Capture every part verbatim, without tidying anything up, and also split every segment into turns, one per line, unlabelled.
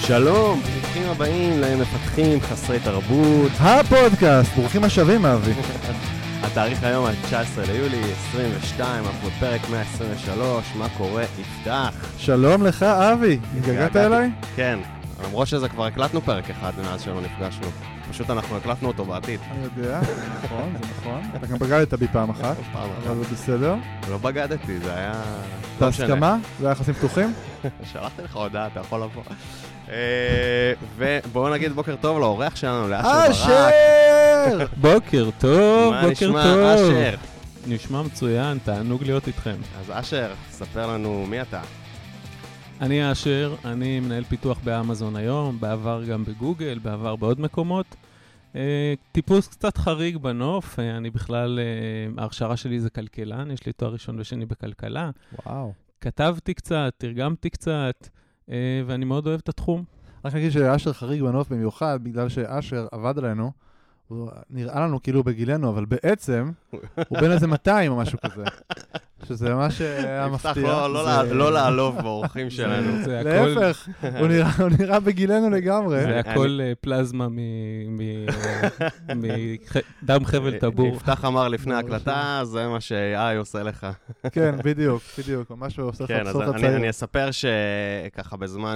שלום, ברוכים הבאים למפתחים חסרי תרבות.
הפודקאסט, ברוכים השבים אבי.
התאריך היום על תשעה עשר ליולי עשרים ושתיים, אנחנו בפרק מאה עשרים ושלוש, מה קורה? יפתח.
שלום לך אבי, התגעגעת אליי?
כן, למרות שזה כבר הקלטנו פרק אחד מאז שלא נפגשנו. פשוט אנחנו הקלטנו אותו בעתיד.
אני יודע, נכון, זה נכון. אתה גם בגדת בי פעם אחת, אבל זה בסדר.
לא בגדתי, זה היה...
את ההסכמה? זה היה יחסים פתוחים?
שלחתי לך הודעה, אתה יכול לבוא. ובואו נגיד בוקר טוב לאורח שלנו, לאשר ברק.
אשר!
בוקר טוב, בוקר טוב.
מה נשמע, אשר?
נשמע מצוין, תענוג להיות איתכם.
אז אשר, ספר לנו מי אתה.
אני אשר, אני מנהל פיתוח באמזון היום, בעבר גם בגוגל, בעבר בעוד מקומות. טיפוס קצת חריג בנוף, אני בכלל, ההכשרה שלי זה כלכלן, יש לי תואר ראשון ושני בכלכלה.
וואו.
כתבתי קצת, תרגמתי קצת, ואני מאוד אוהב את התחום.
רק נגיד שאשר חריג בנוף במיוחד, בגלל שאשר עבד עלינו, הוא נראה לנו כאילו בגילנו, אבל בעצם הוא בין איזה מאתיים או משהו כזה. שזה ממש היה מפתיע.
יפתח לא לעלוב באורחים שלנו.
להפך, הוא נראה בגילנו לגמרי.
זה הכל פלזמה מדם חבל טבור.
יפתח אמר לפני הקלטה, זה מה ש-איי איי עושה לך.
כן, בדיוק, בדיוק. ממש הוא עושה לך בסוף הצעיר.
כן, אז אני אספר שככה בזמן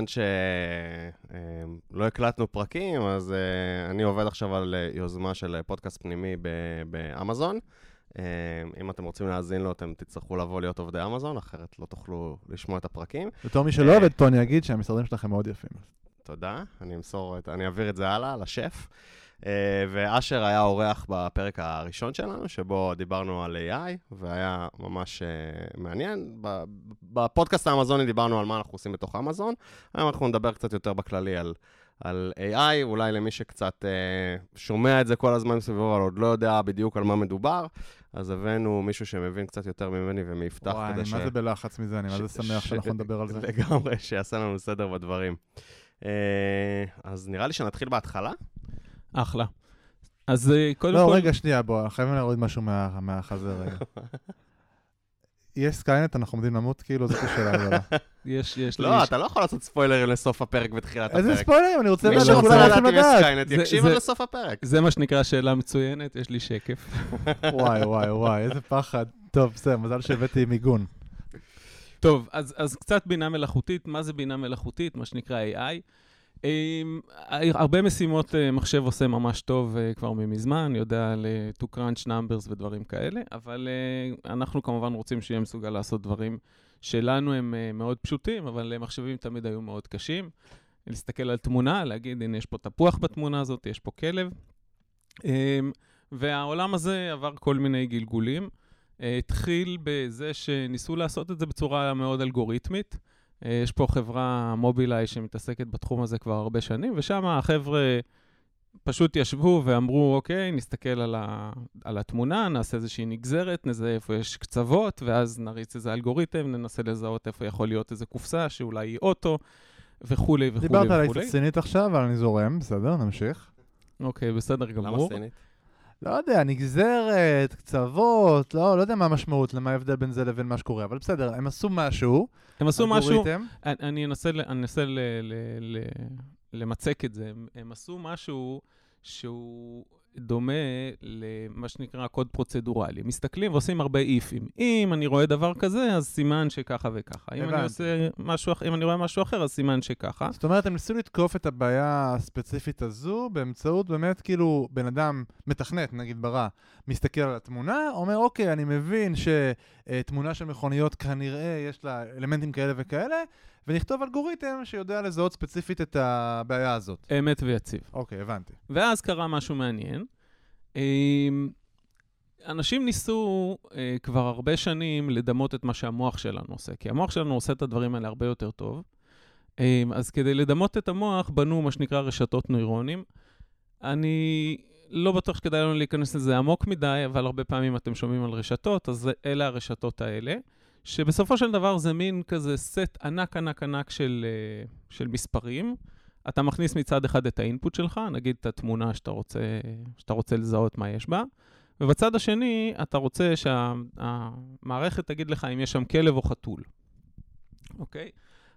שלא הקלטנו פרקים, אז אני עובד עכשיו על יוזמה של פודקאסט פנימי באמזון. אם אתם רוצים להאזין לו, אתם תצטרכו לבוא להיות עובדי אמזון, אחרת לא תוכלו לשמוע את הפרקים.
בתור מי שלא עובד פה, אני אגיד שהמשרדים שלכם מאוד יפים.
תודה, אני אמסור, אני אעביר את זה הלאה, לשף. ואשר היה אורח בפרק הראשון שלנו, שבו דיברנו על איי איי, והיה ממש מעניין. בפודקאסט האמזוני דיברנו על מה אנחנו עושים בתוך אמזון, היום אנחנו נדבר קצת יותר בכללי על... על איי איי, אולי למי שקצת אה, שומע את זה כל הזמן סביבו, אבל עוד לא יודע בדיוק על מה מדובר, אז הבאנו מישהו שמבין קצת יותר ממני ומיפתח.
וואי, אני ש... מה זה בלחץ מזה, אני ש... מה זה שמח ש... שאנחנו נדבר על זה.
לגמרי, שיעשה לנו סדר בדברים. אה, אז נראה לי שנתחיל בהתחלה.
אחלה. אז קודם
לא,
כל...
רגע, שנייה, בוא, חייבים להוריד משהו מה... מהחזר רגע. יש סקיינט, אנחנו עומדים למות, כאילו, זאת השאלה הגדולה.
יש, יש.
לא, אתה לא יכול לעשות ספוילרים לסוף הפרק בתחילת הפרק.
איזה ספוילרים? אני רוצה לדעת,
מי שרוצה לדעת אם יש סקיינט, יקשיב עד לסוף הפרק.
זה מה שנקרא שאלה מצוינת, יש לי שקף.
וואי, וואי, וואי, איזה פחד. טוב, בסדר, מזל שהבאתי מיגון.
טוב, אז, אז קצת בינה מלאכותית. מה זה בינה מלאכותית? מה שנקרא איי איי. הרבה משימות מחשב עושה ממש טוב כבר ממזמן, יודע ל-to crunch numbers ודברים כאלה, אבל אנחנו כמובן רוצים שיהיה מסוגל לעשות דברים שלנו הם מאוד פשוטים, אבל מחשבים תמיד היו מאוד קשים. להסתכל על תמונה, להגיד, הנה יש פה תפוח בתמונה הזאת, יש פה כלב. והעולם הזה עבר כל מיני גלגולים. התחיל בזה שניסו לעשות את זה בצורה מאוד אלגוריתמית. יש פה חברה מובילאיי שמתעסקת בתחום הזה כבר הרבה שנים, ושם החבר'ה פשוט ישבו ואמרו, אוקיי, נסתכל על, ה... על התמונה, נעשה איזושהי נגזרת, נזהה איפה יש קצוות, ואז נריץ איזה אלגוריתם, ננסה לזהות איפה יכול להיות איזה קופסה, שאולי היא אוטו, וכו' וכו'.
דיברת עליי קצת סינית עכשיו, אבל אני זורם, בסדר, נמשיך.
אוקיי, בסדר גמור.
למה סינית?
לא יודע, נגזרת, קצוות, לא, לא יודע מה המשמעות, למה ההבדל בין זה לבין מה שקורה, אבל בסדר, הם עשו משהו.
הם עשו משהו, אני, אני אנסה, אני אנסה ל, ל, ל, למצק את זה, הם, הם עשו משהו שהוא דומה למה שנקרא קוד פרוצדורלי. מסתכלים ועושים הרבה איפים. אם אני רואה דבר כזה, אז סימן שככה וככה. אם אני, עושה משהו, אם אני רואה משהו אחר, אז סימן שככה.
זאת אומרת, הם ניסו לתקוף את הבעיה הספציפית הזו, באמצעות באמת כאילו בן אדם מתכנת, נגיד ברא, מסתכל על התמונה, אומר, אוקיי, אני מבין שתמונה של מכוניות כנראה יש לה אלמנטים כאלה וכאלה, ונכתוב אלגוריתם שיודע לזהות ספציפית את הבעיה הזאת.
אמת ויציב.
אוקיי, הבנתי.
ואז קרה משהו מעניין. אנשים ניסו כבר הרבה שנים לדמות את מה שהמוח שלנו עושה, כי המוח שלנו עושה את הדברים האלה הרבה יותר טוב. אז כדי לדמות את המוח בנו מה שנקרא רשתות נוירונים. אני לא בטוח שכדאי לנו להיכנס לזה עמוק מדי, אבל הרבה פעמים אתם שומעים על רשתות, אז אלה הרשתות האלה. שבסופו של דבר זה מין כזה סט ענק ענק ענק של, של מספרים. אתה מכניס מצד אחד את האינפוט שלך, נגיד את התמונה שאתה רוצה, שאתה רוצה לזהות מה יש בה, ובצד השני אתה רוצה שהמערכת תגיד לך אם יש שם כלב או חתול. אוקיי?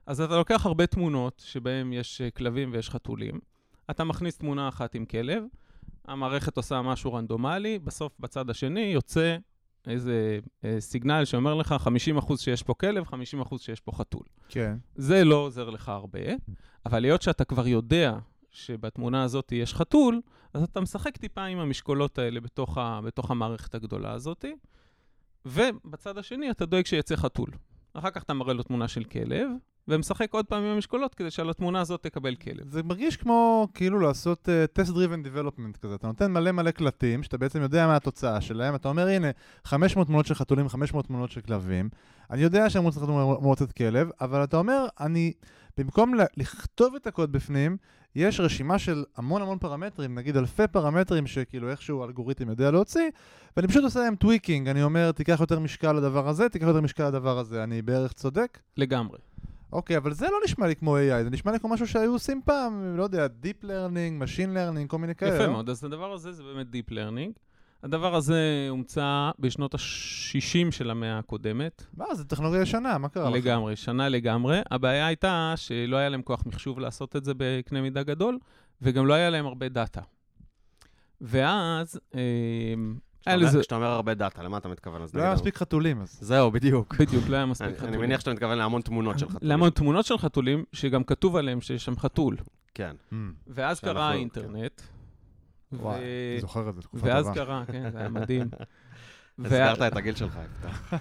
אז אתה לוקח הרבה תמונות שבהם יש כלבים ויש חתולים, אתה מכניס תמונה אחת עם כלב, המערכת עושה משהו רנדומלי, בסוף בצד השני יוצא איזה אה, סיגנל שאומר לך חמישים אחוז שיש פה כלב, חמישים אחוז שיש פה חתול.
כן.
זה לא עוזר לך הרבה, אבל להיות שאתה כבר יודע שבתמונה הזאת יש חתול, אז אתה משחק טיפה עם המשקולות האלה בתוך, ה, בתוך המערכת הגדולה הזאת, ובצד השני אתה דואג שיצא חתול. אחר כך אתה מראה לו תמונה של כלב, ומשחק עוד פעם עם המשקולות כדי שעל התמונה הזאת תקבל כלב.
זה מרגיש כמו כאילו לעשות uh, test driven development כזה. אתה נותן מלא מלא קלטים, שאתה בעצם יודע מה התוצאה שלהם, אתה אומר, הנה, חמש מאות תמונות של חתולים, חמש מאות תמונות של כלבים, אני יודע שהם רוצים מועצת כלב, אבל אתה אומר, אני, במקום לכתוב את הקוד בפנים, יש רשימה של המון המון פרמטרים, נגיד אלפי פרמטרים שכאילו איכשהו אלגוריתם יודע להוציא, ואני פשוט עושה להם טוויקינג, אני אומר, תיקח יותר משקל לדבר הזה, תיקח יותר משקל לדבר הזה, אני בערך צודק?
לגמרי.
אוקיי, אבל זה לא נשמע לי כמו איי איי, זה נשמע לי כמו משהו שהיו עושים פעם, לא יודע, Deep Learning, Machine Learning, כל מיני כאלה.
יפה מאוד, אז הדבר הזה זה באמת Deep Learning. הדבר הזה הומצא בשנות ה-שישים של המאה הקודמת.
מה, זה טכנולוגיה ישנה, מה קרה?
לגמרי, שנה לגמרי. הבעיה הייתה שלא היה להם כוח מחשוב לעשות את זה בקנה מידה גדול, וגם לא היה להם הרבה דאטה. ואז...
כשאתה אומר הרבה דאטה, למה אתה מתכוון?
לא היה מספיק חתולים, אז...
זהו, בדיוק.
בדיוק, לא היה מספיק חתולים.
אני מניח שאתה מתכוון להמון תמונות של חתולים.
להמון תמונות של חתולים, שגם כתוב עליהם שיש שם חתול.
כן.
ואז קרה האינטרנט.
וואי, אני זוכר את זה, תקופה טובה.
ואז קרה, כן, זה היה מדהים.
הזכרת את הגיל שלך, יפתח.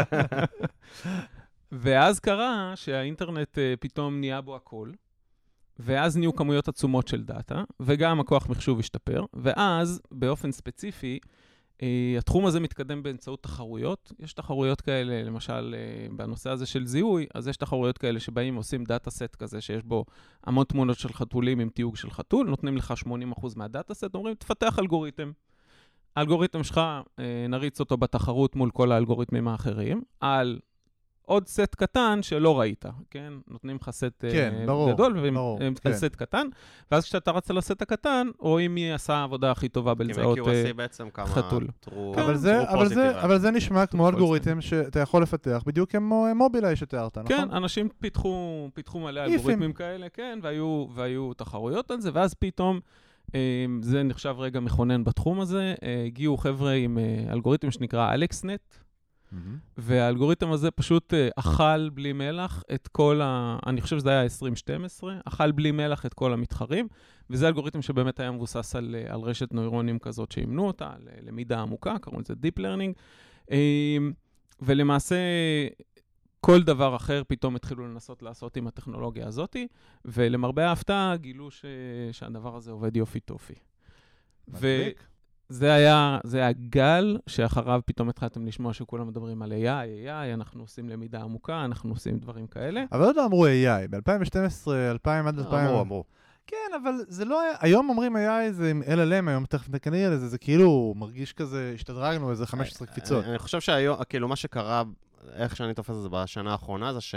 ואז קרה שהאינטרנט פתאום נהיה בו הכל, ואז נהיו כמויות עצומות של דאטה, וגם הכוח מחשוב השתפר, ואז באופן ספציפי, התחום הזה מתקדם באמצעות תחרויות. יש תחרויות כאלה, למשל, בנושא הזה של זיהוי, אז יש תחרויות כאלה שבאים ועושים דאטה סט כזה, שיש בו המון תמונות של חתולים עם תיוג של חתול, נותנים לך שמונים אחוז מהדאטה סט, אומרים, תפתח אלגוריתם. האלגוריתם שלך, נריץ אותו בתחרות מול כל האלגוריתמים האחרים, על עוד סט קטן שלא ראית, כן? נותנים לך סט
כן, ברור,
גדול,
ברור,
על
כן.
סט קטן, ואז כשאתה רץ על הסט הקטן, רואים מי עשה העבודה הכי טובה בלזהות חתול.
אבל זה, אבל זה, אבל זה נשמע כמו אלגוריתם שאתה יכול לפתח, בדיוק כמו מובילאיי שתיארת, נכון?
כן, אנשים פיתחו, פיתחו מלא אלגוריתמים כאלה, כן, והיו, והיו תחרויות על זה, ואז פתאום, זה נחשב רגע מכונן בתחום הזה, הגיעו חבר'ה עם אלגוריתם שנקרא אלכסנט, והאלגוריתם הזה פשוט אכל בלי מלח את כל ה... אני חושב שזה היה עשרים שתים עשרה, אכל בלי מלח את כל המתחרים, וזה אלגוריתם שבאמת היה מבוסס על, על רשת נוירונים כזאת שאימנו אותה, ללמידה עמוקה, קראו לזה Deep Learning, ולמעשה כל דבר אחר פתאום התחילו לנסות לעשות עם הטכנולוגיה הזאת, ולמרבה ההפתעה גילו ש... שהדבר הזה עובד יופי טופי. ו... זה היה, זה היה גל שאחריו פתאום התחלתם לשמוע שכולם מדברים על איי איי, איי איי, אנחנו עושים למידה עמוקה, אנחנו עושים דברים כאלה.
אבל לא אמרו איי איי, ב-אלפיים ושתים עשרה, אלפיים עד אלפיים...
אמרו, אמרו.
כן, אבל זה לא היה... היום אומרים איי איי זה עם אל אל אם, היום תכף נקניר לזה, זה כאילו מרגיש כזה, השתדרגנו איזה חמש עשרה קפיצות.
אני חושב שהיום, כאילו מה שקרה, איך שאני תופס את זה בשנה האחרונה, זה ש...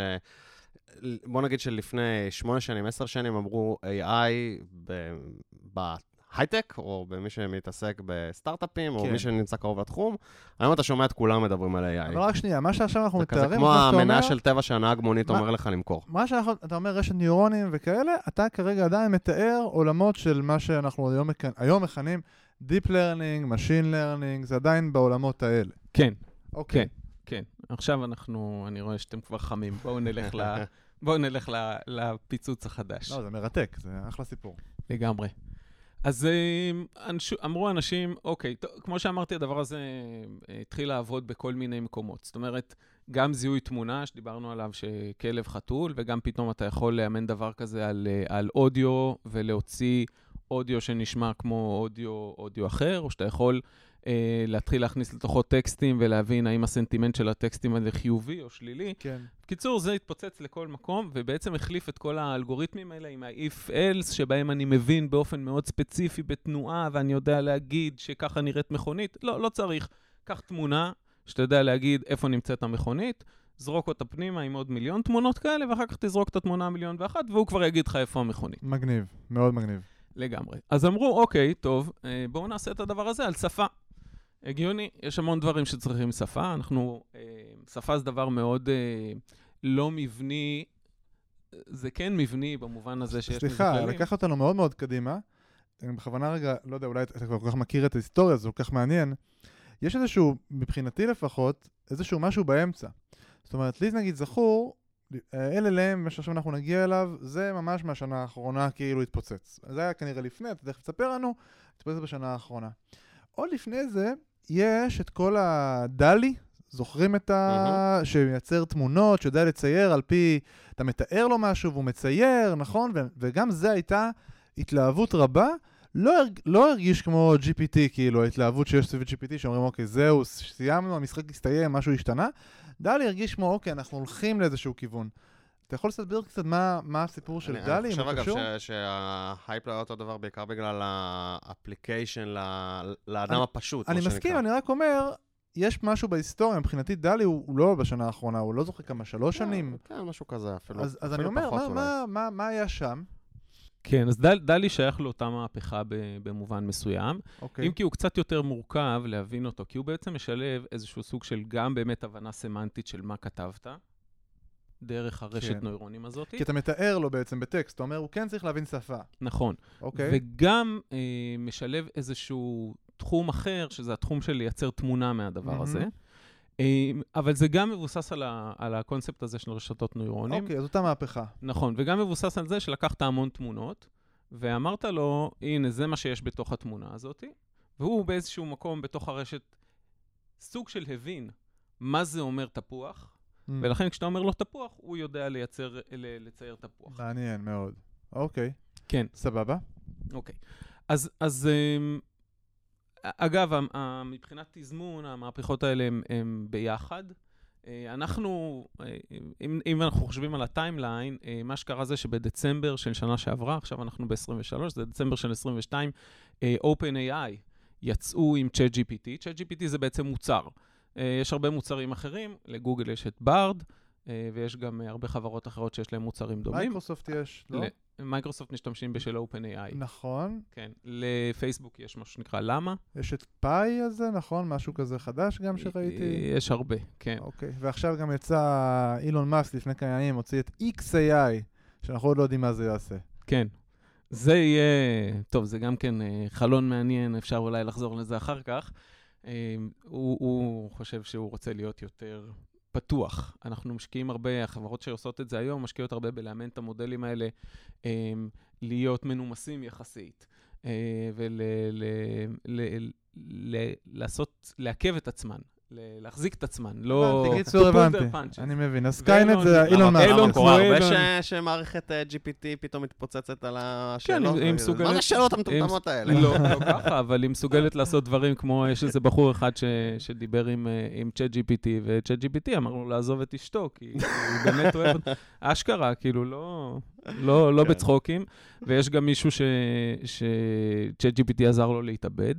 בוא נגיד שלפני שמונה שנים, עשר שנים, אמרו איי איי ב... הייטק, או במי שמתעסק בסטארט-אפים, או מי שנמצא קרוב לתחום. היום אתה שומע את כולם מדברים על איי איי.
אבל רק שנייה, מה שעכשיו אנחנו מתארים...
זה כמו המניה של טבע שהנהג מונית אומר לך למכור.
מה שאתה אומר, רשת ניורונים וכאלה, אתה כרגע עדיין מתאר עולמות של מה שאנחנו היום מכנים Deep Learning, Machine Learning, זה עדיין בעולמות האלה.
כן, כן, כן. עכשיו אנחנו, אני רואה שאתם כבר חמים. בואו נלך ל... בואו נלך לפיצוץ החדש.
לא, זה מרתק, זה אחלה סיפור.
לגמרי. אז אמרו אנשים, אוקיי, כמו שאמרתי, הדבר הזה התחיל לעבוד בכל מיני מקומות. זאת אומרת, גם זיהוי תמונה, שדיברנו עליו שכלב חתול, וגם פתאום אתה יכול לאמן דבר כזה על, על אודיו, ולהוציא אודיו שנשמע כמו אודיו, אודיו אחר, או שאתה יכול אה, להתחיל להכניס לתוכו טקסטים, ולהבין האם הסנטימנט של הטקסטים הזה חיובי או שלילי.
כן.
בקיצור, זה התפוצץ לכל מקום, ובעצם החליף את כל האלגוריתמים האלה עם ה-if else, שבהם אני מבין באופן מאוד ספציפי בתנועה, ואני יודע להגיד שככה נראית מכונית. לא, לא צריך. קח תמונה, שאתה יודע להגיד איפה נמצאת המכונית, זרוק אותה פנימה עם עוד מיליון תמונות כאלה, ואחר כך תזרוק את התמונה המיליון ואחת, והוא כבר יגיד לך איפה המכונית.
מגניב, מאוד מגניב.
לגמרי. אז אמרו, אוקיי, טוב, בואו נעשה את הדבר הזה על שפה. הגיוני, יש המון דברים שצריכים שפה. אנחנו, שפה זה דבר מאוד לא מבני, זה כן מבני במובן הזה שיש לזה
סליחה,
כללים.
לקח אותנו מאוד מאוד קדימה. אני בכוונה רגע, לא יודע, אולי אתה כבר כל כך מכיר את ההיסטוריה, זה כל כך מעניין. יש איזשהו, מבחינתי לפחות, איזשהו משהו באמצע. זאת אומרת, לי נגיד זכור, אל אל אם, מה שעכשיו אנחנו נגיע אליו, זה ממש מהשנה האחרונה כאילו התפוצץ. זה היה כנראה לפני, אתה תכף תספר לנו, התפוצץ בשנה האחרונה. עוד לפני זה, יש את כל הדלי, זוכרים את ה... שמייצר תמונות, שיודע לצייר על פי... אתה מתאר לו משהו והוא מצייר, נכון? ו... וגם זה הייתה התלהבות רבה, לא, הרג... לא הרגיש כמו ג'י פי טי, כאילו, ההתלהבות שיש סביב ג'י פי טי, שאומרים, אוקיי, זהו, סיימנו, המשחק הסתיים, משהו השתנה. דלי הרגיש כמו, אוקיי, אנחנו הולכים לאיזשהו כיוון. אתה יכול לסביר קצת מה, מה הסיפור של דלי?
אני חושב אגב ש- שההייפ לא היה אותו דבר בעיקר בגלל האפליקיישן ל- לאדם
אני,
הפשוט.
אני מסכים, אני רק אומר, יש משהו בהיסטוריה, מבחינתי דלי הוא, הוא לא בשנה האחרונה, הוא לא זוכר כמה, שלוש שנים.
כן, משהו כזה, אפילו,
אז, אז
אפילו
אני אומר,
פחות
מה,
אולי.
מה, מה, מה היה שם?
כן, אז דל, דלי שייך לאותה מהפכה במובן מסוים,
אוקיי.
אם כי הוא קצת יותר מורכב להבין אותו, כי הוא בעצם משלב איזשהו סוג של גם באמת הבנה סמנטית של מה כתבת, דרך הרשת
כן.
נוירונים הזאת.
כי אתה מתאר לו בעצם בטקסט, אתה אומר, הוא כן צריך להבין שפה.
נכון.
אוקיי.
וגם אה, משלב איזשהו תחום אחר, שזה התחום של לייצר תמונה מהדבר
Mhm.
הזה. אה, אבל זה גם מבוסס על, ה, על הקונספט הזה של רשתות נוירונים.
אוקיי, אז אותה מהפכה.
נכון, וגם מבוסס על זה שלקחת המון תמונות, ואמרת לו, הנה, זה מה שיש בתוך התמונה הזאת, והוא באיזשהו מקום בתוך הרשת סוג של הבין מה זה אומר תפוח,
Mm.
ולכן כשאתה אומר לו תפוח, הוא יודע לייצר, ל- לצייר תפוח.
מעניין מאוד. אוקיי.
כן.
סבבה.
אוקיי. אז, אז אמ, אגב, המ- המ- מבחינת תזמון, המהפכות האלה הם, הם ביחד. אה, אנחנו, אה, אם, אם אנחנו חושבים על הטיימליין, אה, מה שקרה זה שבדצמבר של שנה שעברה, עכשיו אנחנו ב-עשרים ושלוש, זה דצמבר של עשרים ושתיים, אה, OpenAI יצאו עם ChatGPT. ChatGPT זה בעצם מוצר. אה, יש הרבה מוצרים אחרים, לגוגל יש את בארד, אה, ויש גם אה, הרבה חברות אחרות שיש להם מוצרים דומים.
מייקרוסופט יש, לא?
מייקרוסופט משתמשים בשל OpenAI.
נכון.
כן. לפייסבוק יש משהו שנקרא למה.
יש את פאי הזה, נכון? משהו כזה חדש גם שראיתי.
יש הרבה, כן.
אוקיי. ועכשיו גם יצא אילון מאסק לפני כמה ימים, הוציא את אקס איי איי, שאנחנו עוד לא יודעים מה זה יעשה.
כן. זה יהיה, טוב, זה גם כן אה, חלון מעניין, אפשר אולי לחזור לזה אחר כך. אה, הוא, הוא חושב שהוא רוצה להיות יותר פתוח. אנחנו משקיעים הרבה, החברות שעושות את זה היום, משקיעות הרבה בלאמן את המודלים האלה, אה, להיות מנומסים יחסית, אה, ולעשות, לעכב את עצמן. להחזיק את עצמן, לא...
בקיצור הבנתי, אני מבין. אז סקיינט זה אילון מאסק.
אילון
קורה הרבה
אילון.
שמערכת ג'י פי טי פתאום מתפוצצת על השאלות.
היא מסוגלת-
מה זה השאלות המטומטמות האלה?
לא, לא ככה, אבל היא מסוגלת לעשות דברים כמו, יש איזה בחור אחד ש- שדיבר עם, אה, עם ChatGPT, ו-ChatGPT אמר לו לעזוב את אשתו, כי הוא באמת אוהב, אשכרה, כאילו, לא, לא, לא
כן.
בצחוקים, ויש גם מישהו ש- ש-ChatGPT עזר לו להתאבד.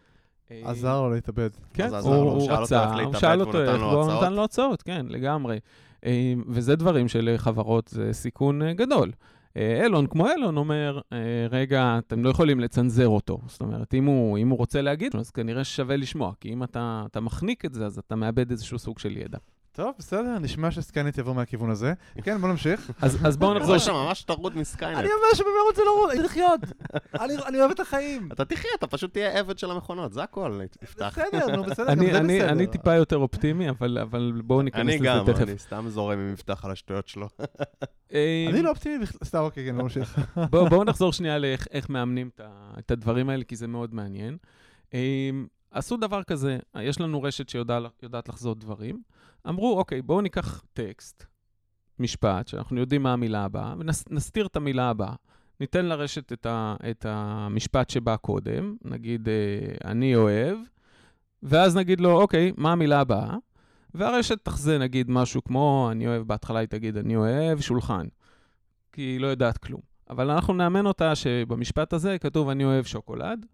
עזר לו להתאבד.
כן,
אז
הוא,
עזר לו,
הוא
הוא שאל אותו
רצה,
איך
הוא
להתאבד
שאל
והוא
אותו
נתן
איך,
לו
והוא
הצעות?
נתן לו הצעות, כן, לגמרי. אה, וזה דברים של חברות, זה סיכון אה, גדול. אה, אילון, כמו אילון, אומר, אה, רגע, אתם לא יכולים לצנזר אותו. זאת אומרת, אם הוא, אם הוא רוצה להגיד, אז כנראה שווה לשמוע, כי אם אתה, אתה מחניק את זה, אז אתה מאבד איזשהו סוג של ידע.
טוב, בסדר, נשמע שסקיינט יבוא מהכיוון הזה. כן, בוא נמשיך.
אז, אז בואו נחזור.
זה שם ממש טרוד מסקיינט.
אני אומר שבאמת רוצה לראות, אני לחיות. אני אני אוהב את החיים.
אתה תחיה, אתה פשוט תהיה עבד של המכונות, זה הכל, יפתח.
בסדר, נו בסדר, גם
אני,
זה
אני,
בסדר.
אני טיפה יותר אופטימי, אבל, אבל בואו ניכנס
אני
לזה
גם,
תכף.
אני סתם זורם עם מבטח על השטויות שלו.
אה,
אני לא אופטימי בכלל. סתם, אוקיי, כן, לא ממשיך.
בואו בוא נחזור שנייה לאיך איך מאמנים את, ה, את הדברים האלה, כי זה מאוד מעניין. Um, עשו דבר כזה, יש לנו רשת שיודעת לחזות דברים. אמרו, אוקיי, בואו ניקח טקסט, משפט, שאנחנו יודעים מה המילה הבאה, ונסתיר את המילה הבאה. ניתן לרשת את, ה, את המשפט שבא קודם, נגיד, uh, אני אוהב, ואז נגיד לו, אוקיי, מה המילה הבאה? והרשת תחזה, נגיד, משהו כמו, אני אוהב, בהתחלה היא תגיד, אני אוהב שולחן. כי היא לא יודעת כלום. אבל אנחנו נאמן אותה שבמשפט הזה כתוב אני אוהב שוקולד,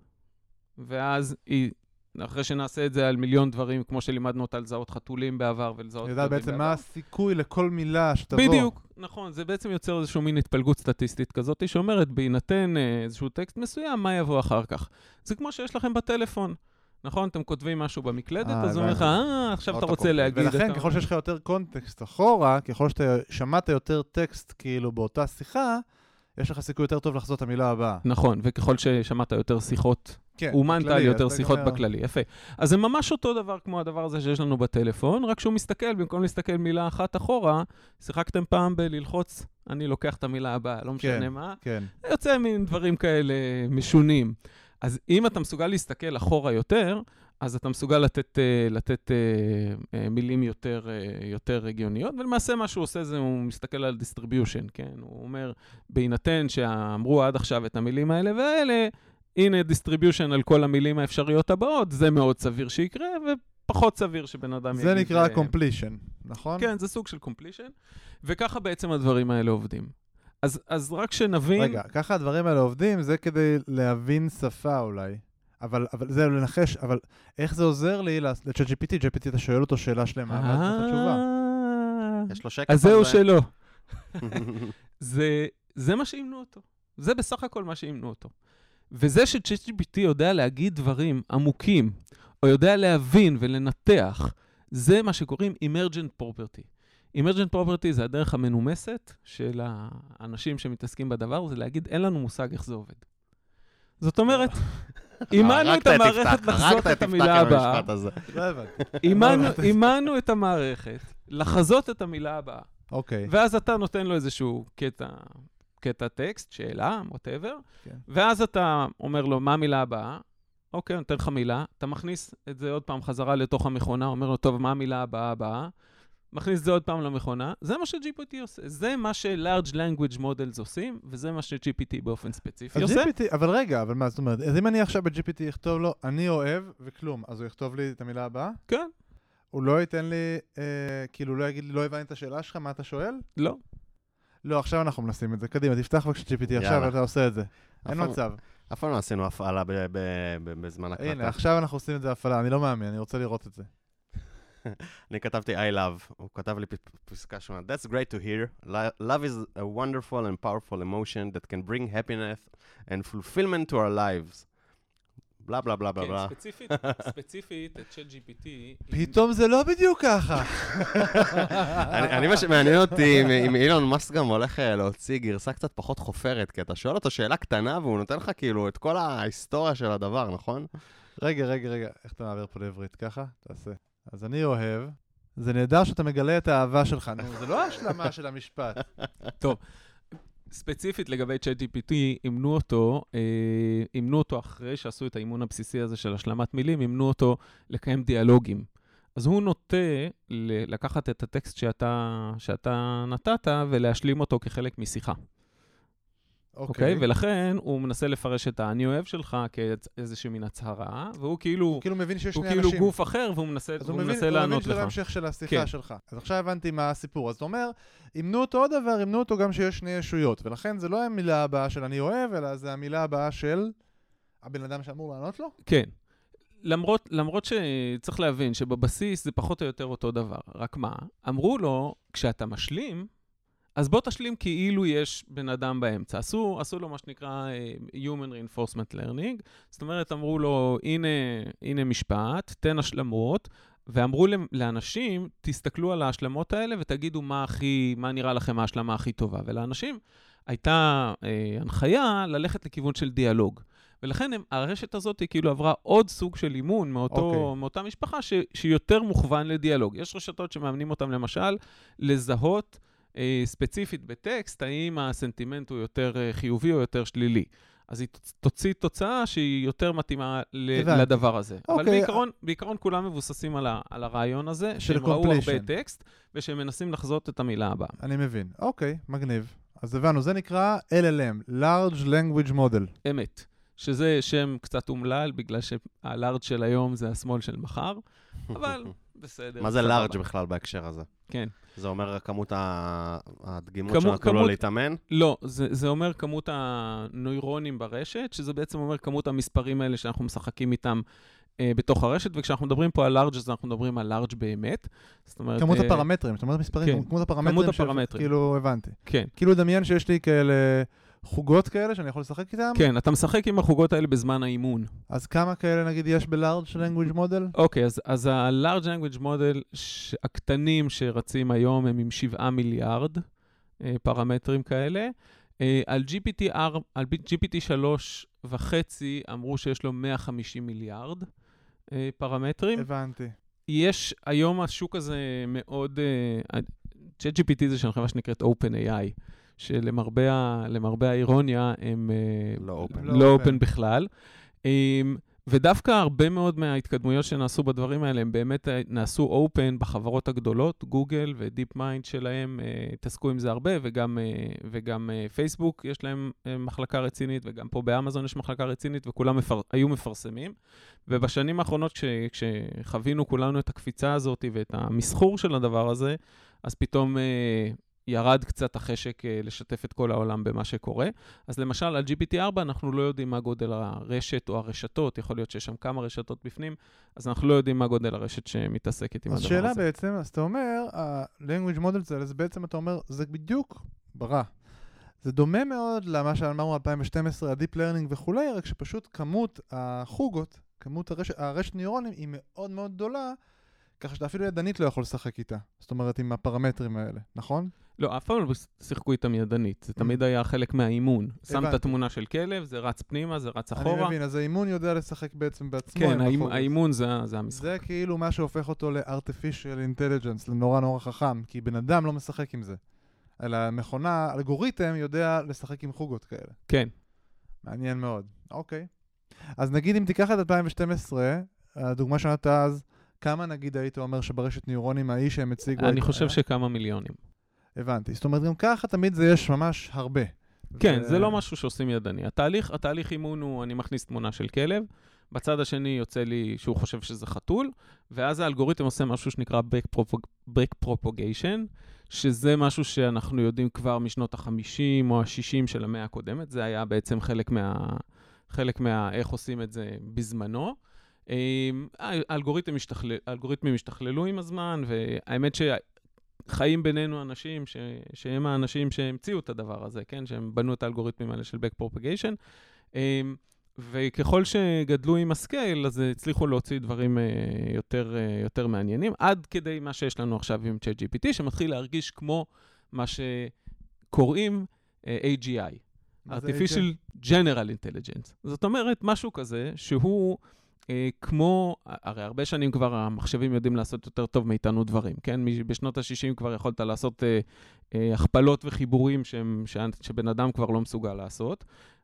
ואז היא, אחרי שנעשה את זה על מיליון דברים, כמו שלימדנו אותה לזהות חתולים בעבר ולזהות...
אני יודע בעצם מה הסיכוי לכל מילה שתבוא.
בדיוק, נכון. זה בעצם יוצר איזשהו מין התפלגות סטטיסטית כזאת, שאומרת, בהינתן איזשהו טקסט מסוים, מה יבוא אחר כך. זה כמו שיש לכם בטלפון. נכון? אתם כותבים משהו במקלדת,
אה,
אז הוא אומר לך, אה, עכשיו אתה רוצה להגיד...
ולכן, ככל שיש לך יותר קונטקסט אחורה, ככל שאתה שמעת יותר טקסט כאילו באותה שיחה, יש לך סיכוי יותר טוב לחזות את המילה הבאה.
נכון, וככל ששמעת יותר שיחות, אומנת על יותר שיחות בכללי, יפה. אז זה ממש אותו דבר כמו הדבר הזה שיש לנו בטלפון, רק שהוא מסתכל, במקום להסתכל מילה אחת אחורה, שיחקתם פעם בללחוץ, אני לוקח את המילה הבאה, לא משנה מה, יוצא מין דברים כאלה משונים. אז אם אתה מסוגל להסתכל אחורה יותר, אז אתה מסוגל לתת, לתת מילים יותר, יותר רגיוניות, ולמעשה מה שהוא עושה זה, הוא מסתכל על distribution, כן? הוא אומר, בהינתן שאמרו עד עכשיו את המילים האלה והאלה, הנה distribution על כל המילים האפשריות הבאות, זה מאוד סביר שיקרה, ופחות סביר שבן אדם יגיד...
זה נקרא completion, נכון?
כן, זה סוג של completion, וככה בעצם הדברים האלה עובדים. אז, אז רק שנבין...
רגע, ככה הדברים האלה עובדים, זה כדי להבין שפה אולי. אבל, אבל זה לנחש, אבל איך זה עוזר לי ל-צ'אט ג'י פי טי? ג'י פי טי אתה שואל אותו שאלה שלמה, ואז זאת התשובה.
יש לו שקף.
אז זהו שלא. זה, זה מה שאימנו אותו. זה בסך הכל מה שאימנו אותו. וזה ש-צ'אט ג'י פי טי יודע להגיד דברים עמוקים, או יודע להבין ולנתח, זה מה שקוראים emergent property. emergent property זה הדרך המנומסת של האנשים שמתעסקים בדבר, זה להגיד, אין לנו מושג איך זה עובד. זאת אומרת, אימנו את המערכת לחזות את המילה הבאה. אימנו את המערכת לחזות את המילה הבאה.
אוקיי.
ואז אתה נותן לו איזשהו קטע, קטע טקסט, שאלה, whatever, ואז אתה אומר לו, מה המילה הבאה? אוקיי, נותן לך מילה, אתה מכניס את זה עוד פעם חזרה לתוך המכונה, אומר לו, טוב, מה המילה הבאה הבאה? מכניס את זה עוד פעם למכונה, זה מה ש-ג'י פי טי עושה, זה מה ש-Large Language Models עושים, וזה מה ש-ג'י פי טי באופן ספציפי עושה.
אבל רגע, אבל מה זאת אומרת, אז אם אני עכשיו ב-ג'י פי טי יכתוב לו, אני אוהב וכלום, אז הוא יכתוב לי את המילה הבאה?
כן.
הוא לא ייתן לי, כאילו לא יגיד לי, לא הבנתי את השאלה שלך, מה אתה שואל?
לא.
לא, עכשיו אנחנו מנסים את זה, קדימה, תפתח בבקשה ג'י פי טי עכשיו, אתה עושה את זה. אין מצב.
אף פעם לא עשינו הפעלה בזמן הקלטה.
הנה, עכשיו אנחנו עושים את זה הפעלה, אני לא מאמין, אני רוצה לראות את זה.
אני כתבתי I love, הוא כתב לי פסקה שונה. That's great to hear. Love is a wonderful and powerful emotion that can bring happiness and fulfillment to our lives. בלה בלה בלה בלה.
כן, ספציפית, ספציפית, את צ'אט ג'י פי טי...
פתאום זה לא בדיוק ככה.
אני מה שמעניין אותי, אם אילון מאסק גם הולך להוציא גרסה קצת פחות חופרת, כי אתה שואל אותו שאלה קטנה, והוא נותן לך כאילו את כל ההיסטוריה של הדבר, נכון?
רגע, רגע, רגע, איך אתה מעביר פה לעברית? ככה? תעשה. אז אני אוהב, זה נהדר שאתה מגלה את האהבה שלך, נו, זה לא השלמה של המשפט.
טוב, ספציפית לגבי צ'אט ג'י פי טי, אימנו אותו, אימנו אותו אחרי שעשו את האימון הבסיסי הזה של השלמת מילים, אימנו אותו לקיים דיאלוגים. אז הוא נוטה לקחת את הטקסט שאתה, שאתה נתת ולהשלים אותו כחלק משיחה. אוקיי, ולכן הוא מנסה לפרש את האני אוהב שלך כאיזושהי מין הצהרה, והוא כאילו...
הוא כאילו מבין שיש שני אנשים.
הוא כאילו גוף אחר, והוא מנסה לענות לך.
אז הוא מבין שזה המשך של השיחה שלך. אז עכשיו הבנתי מה הסיפור. אז אתה אומר, אימנו אותו עוד דבר, אימנו אותו גם שיש שני ישויות, ולכן זה לא המילה הבאה של אני אוהב, אלא זה המילה הבאה של הבן אדם שאמור לענות לו?
כן. למרות, למרות שצריך להבין שבבסיס זה פחות או יותר אותו דבר. רק מה? אמרו לו, כשאתה משלים, אז בוא תשלים כאילו יש בן אדם באמצע. עשו, עשו לו מה שנקרא uh, Human Reinforcement Learning. זאת אומרת, אמרו לו, הנה, הנה משפט, תן השלמות, ואמרו לאנשים, תסתכלו על ההשלמות האלה ותגידו מה הכי, מה נראה לכם ההשלמה הכי טובה. ולאנשים הייתה uh, הנחיה ללכת לכיוון של דיאלוג. ולכן הם, הרשת הזאת היא כאילו עברה עוד סוג של אימון מאותו, okay. מאותה משפחה ש, שיותר מוכוון לדיאלוג. יש רשתות שמאמנים אותם למשל לזהות ספציפית בטקסט, האם הסנטימנט הוא יותר חיובי או יותר שלילי. אז היא תוציא תוצאה שהיא יותר מתאימה לדבר הזה. אבל בעיקרון, בעיקרון כולם מבוססים על, ה, על הרעיון הזה, שהם ראו הרבה טקסט, ושהם מנסים לחזות את המילה הבאה.
אני מבין. אוקיי, מגניב. אז הבנו, זה נקרא L L M, Large Language Model.
אמת. שזה שם קצת אומלל, בגלל שה-Large של היום זה השמאל של מחר, אבל בסדר.
מה זה Large בכלל בהקשר הזה?
כן.
זה אומר כמות הדגימות שנתנו לו להתאמן?
לא, זה, זה אומר כמות הנוירונים ברשת, שזה בעצם אומר כמות המספרים האלה שאנחנו משחקים איתם אה, בתוך הרשת, וכשאנחנו מדברים פה על לארג' אז אנחנו מדברים על לארג' באמת. זאת אומרת,
כמות
אה,
הפרמטרים, זאת אומרת מספרים,
כן,
כמות הפרמטרים,
כמות הפרמטרים.
כאילו הבנתי.
כן.
כאילו דמיין שיש לי כאלה חוגות כאלה שאני יכול לשחק איתם?
כן, אתה משחק עם החוגות האלה בזמן האימון.
אז כמה כאלה נגיד יש ב-Large Language Model?
אוקיי, אז, אז ה-Large Language Model ש- הקטנים שרצים היום הם עם שבעה מיליארד אה, פרמטרים כאלה. אה, על ג'י פי טי ארבע, על ג'י פי טי שלוש וחצי אמרו שיש לו מאה וחמישים מיליארד אה, פרמטרים.
הבנתי.
יש היום השוק הזה מאוד... צ'אט ג'י פי טי זה של חברה שנקראת OpenAI, שלמרבה למרבה האירוניה הם
לא אופן.
לא אופן בכלל. ודווקא הרבה מאוד מההתקדמויות שנעשו בדברים האלה, הם באמת נעשו אופן בחברות הגדולות, גוגל ודיפ מיינד שלהם, התעסקו עם זה הרבה, וגם, וגם פייסבוק יש להם מחלקה רצינית, וגם פה באמזון יש מחלקה רצינית, וכולם מפר, היו מפרסמים. ובשנים האחרונות, כש, כשחווינו כולנו את הקפיצה הזאת ואת המסחור של הדבר הזה, אז פתאום ירד קצת החשק לשתף את כל העולם במה שקורה. אז למשל, על ג'י פי טי ארבע אנחנו לא יודעים מה גודל הרשת או הרשתות, יכול להיות שיש שם כמה רשתות בפנים, אז אנחנו לא יודעים מה גודל הרשת שמתעסקת עם הדבר הזה.
אז שאלה בעצם, אז אתה אומר, ה-language models האלה, זה בעצם אתה אומר, זה בדיוק ברע. זה דומה מאוד למה שאמרנו אלפיים ושתים עשרה, ה-deep learning וכולי, רק שפשוט כמות החוגות, כמות הרשת, הרשת ניורונים היא מאוד מאוד גדולה, ככה שאתה אפילו ידנית לא יכול לשחק איתה. זאת אומרת, עם הפרמטרים האלה, נכון?
לא, אף פעם לא שיחקו איתם ידנית. זה תמיד היה חלק מהאימון. שם את התמונה של כלב, זה רץ פנימה, זה רץ אחורה.
אני מבין, אז האימון יודע לשחק בעצם בעצמו.
כן, האימון זה המשחק.
זה כאילו מה שהופך אותו ל-artificial intelligence, לנורא נורא חכם, כי בן אדם לא משחק עם זה. אלא מכונה, אלגוריתם יודע לשחק עם חוגות כאלה.
כן.
מעניין מאוד. אוקיי. אז נגיד אם תיקח את אלפיים ושתים עשרה, הדוגמה שנתת אז, כמה נגיד היית אומר שברשת ניורונים האיש שהם הציגו...
אני חושב שכמה מיליונים.
הבנתי. זאת אומרת, גם ככה תמיד זה יש ממש הרבה.
כן, זה לא משהו שעושים ידני. התהליך, התהליך אימון הוא, אני מכניס תמונה של כלב, בצד השני יוצא לי שהוא חושב שזה חתול, ואז האלגוריתם עושה משהו שנקרא back propagation, שזה משהו שאנחנו יודעים כבר משנות ה-חמישים או ה-שישים של המאה הקודמת. זה היה בעצם חלק מה... חלק מה... איך עושים את זה בזמנו. האלגוריתמים משתכלל, האלגוריתמים משתכללו עם הזמן, והאמת שחיים בינינו אנשים, ש, שהם האנשים שהמציאו את הדבר הזה, כן? שהם בנו את האלגוריתמים האלה של back propagation, וככל שגדלו עם הסקייל, אז הצליחו להוציא דברים יותר, יותר מעניינים, עד כדי מה שיש לנו עכשיו עם צ'אט ג'י פי טי, שמתחיל להרגיש כמו מה שקוראים איי ג'י איי, Artificial General Intelligence. זאת אומרת, משהו כזה שהוא... כמו, הרי הרבה שנים כבר המחשבים יודעים לעשות יותר טוב מאיתנו דברים, כן? בשנות ה-שישים כבר יכולת לעשות אה, אה, הכפלות וחיבורים שהם, ש, שבן אדם כבר לא מסוגל לעשות,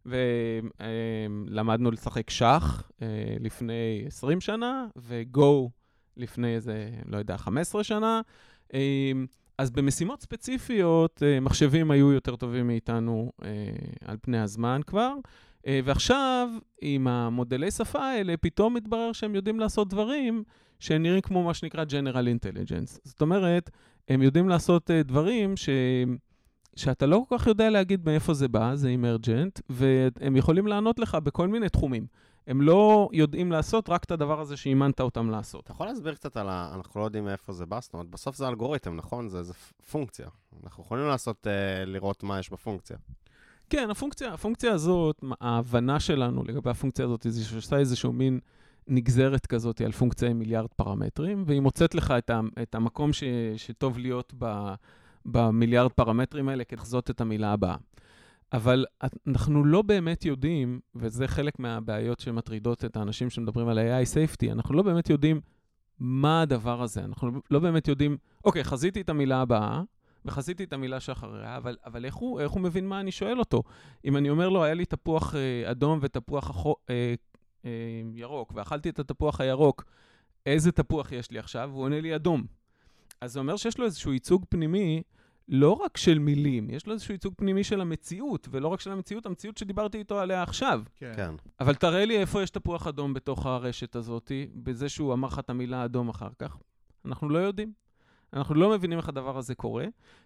ולמדנו לשחק שח אה, לפני עשרים שנה, וגו לפני איזה, לא יודע, חמש עשרה שנה, אה, אז במשימות ספציפיות, אה, מחשבים היו יותר טובים מאיתנו אה, על פני הזמן כבר, ועכשיו, עם המודלי שפה האלה, פתאום מתברר שהם יודעים לעשות דברים שנראים כמו מה שנקרא General Intelligence. זאת אומרת, הם יודעים לעשות דברים ש... שאתה לא כל כך יודע להגיד מאיפה זה בא, זה Emergent, והם יכולים לענות לך בכל מיני תחומים. הם לא יודעים לעשות רק את הדבר הזה שאימנת אותם לעשות.
אתה יכול להסביר קצת על ה... אנחנו לא יודעים מאיפה זה בא, זאת אומרת, בסוף זה אלגוריתם, נכון? זה, זה פונקציה. אנחנו יכולים לעשות, לראות מה יש בפונקציה.
כן, הפונקציה, הפונקציה הזאת, ההבנה שלנו לגבי הפונקציה הזאת, זה שעושה איזשהו מין נגזרת כזאת על פונקציה עם מיליארד פרמטרים, והיא מוצאת לך את, ה, את המקום ש, שטוב להיות ב, במיליארד פרמטרים האלה, כדי לחזות את המילה הבאה. אבל אנחנו לא באמת יודעים, וזה חלק מהבעיות שמטרידות את האנשים שמדברים על איי איי safety, אנחנו לא באמת יודעים מה הדבר הזה. אנחנו לא באמת יודעים, אוקיי, חזיתי את המילה הבאה, וחזיתי את המילה שאחריה, אבל, אבל איך הוא, איך הוא מבין מה אני שואל אותו? אם אני אומר לו, היה לי תפוח אה, אדום ותפוח אחו, אה, אה, ירוק, ואכלתי את התפוח הירוק, איזה תפוח יש לי עכשיו? והוא עונה לי אדום. אז זה אומר שיש לו איזשהו ייצוג פנימי, לא רק של מילים, יש לו איזשהו ייצוג פנימי של המציאות, ולא רק של המציאות, המציאות שדיברתי איתו עליה עכשיו.
כן.
כן.
אבל תראה לי איפה יש תפוח אדום בתוך הרשת הזאת, בזה שהוא אמר לך את המילה אדום אחר כך. אנחנו לא יודעים. אנחנו לא מבינים איך הדבר הזה קורה,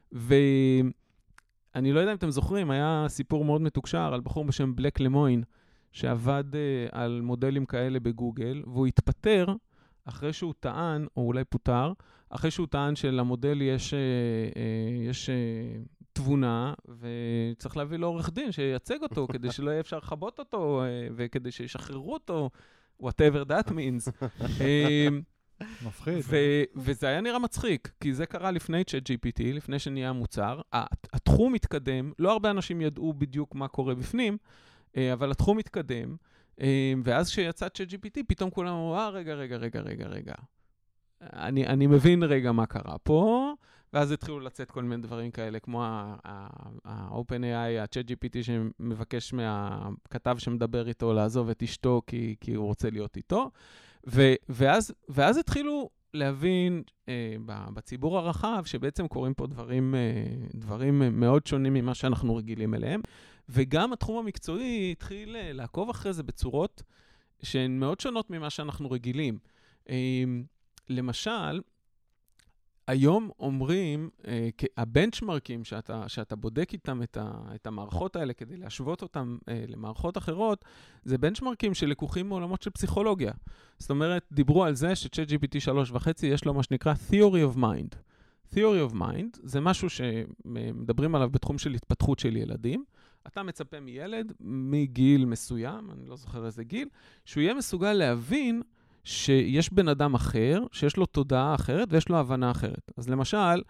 ואני לא יודע אם אתם זוכרים, היה סיפור מאוד מתוקשר על בחור בשם בלק למוין, שעבד uh, על מודלים כאלה בגוגל, והוא התפטר אחרי שהוא טען, או אולי פוטר, אחרי שהוא טען שלמודל יש, uh, uh, יש uh, תבונה, וצריך להביא לו עורך דין שייצג אותו, כדי שלא יהיה אפשר לחבות אותו, וכדי שישחררו אותו, whatever that means.
מפחיד.
וזה היה נראה מצחיק, כי זה קרה לפני צ'אט ג'י פי טי, לפני שנהיה מוצר. התחום מתקדם, לא הרבה אנשים ידעו בדיוק מה קורה בפנים, אבל התחום מתקדם, ואז כשיצא צ'אט ג'י פי טי, פתאום כולם אמרו, אה, רגע, רגע, רגע, רגע, רגע. אני, אני מבין רגע מה קרה פה, ואז התחילו לצאת כל מיני דברים כאלה, כמו ה-OpenAI, ה-צ'אט ג'י פי טי שמבקש מהכתב שמדבר איתו לעזוב את אשתו, כי, כי הוא רוצה להיות איתו. ו, ואז, ואז התחילו להבין אה, בציבור הרחב, שבעצם קורים פה דברים, אה, דברים מאוד שונים ממה שאנחנו רגילים אליהם, וגם התחום המקצועי התחיל לעקוב אחרי זה בצורות שהן מאוד שונות ממה שאנחנו רגילים. אה, למשל, היום אומרים, אה, הבנצ'מרקים שאתה, שאתה בודק איתם את, ה, את המערכות האלה כדי להשוות אותם אה, למערכות אחרות, זה בנצ'מרקים שלקוחים מעולמות של פסיכולוגיה. זאת אומרת, דיברו על זה שצ'אט ג'י פי טי שלוש וחצי יש לו מה שנקרא Theory of Mind. Theory of Mind זה משהו שמדברים עליו בתחום של התפתחות של ילדים. אתה מצפה מילד מגיל מסוים, אני לא זוכר איזה גיל, שהוא יהיה מסוגל להבין שיש בן אדם אחר, שיש לו תודעה אחרת ויש לו הבנה אחרת. אז למשל,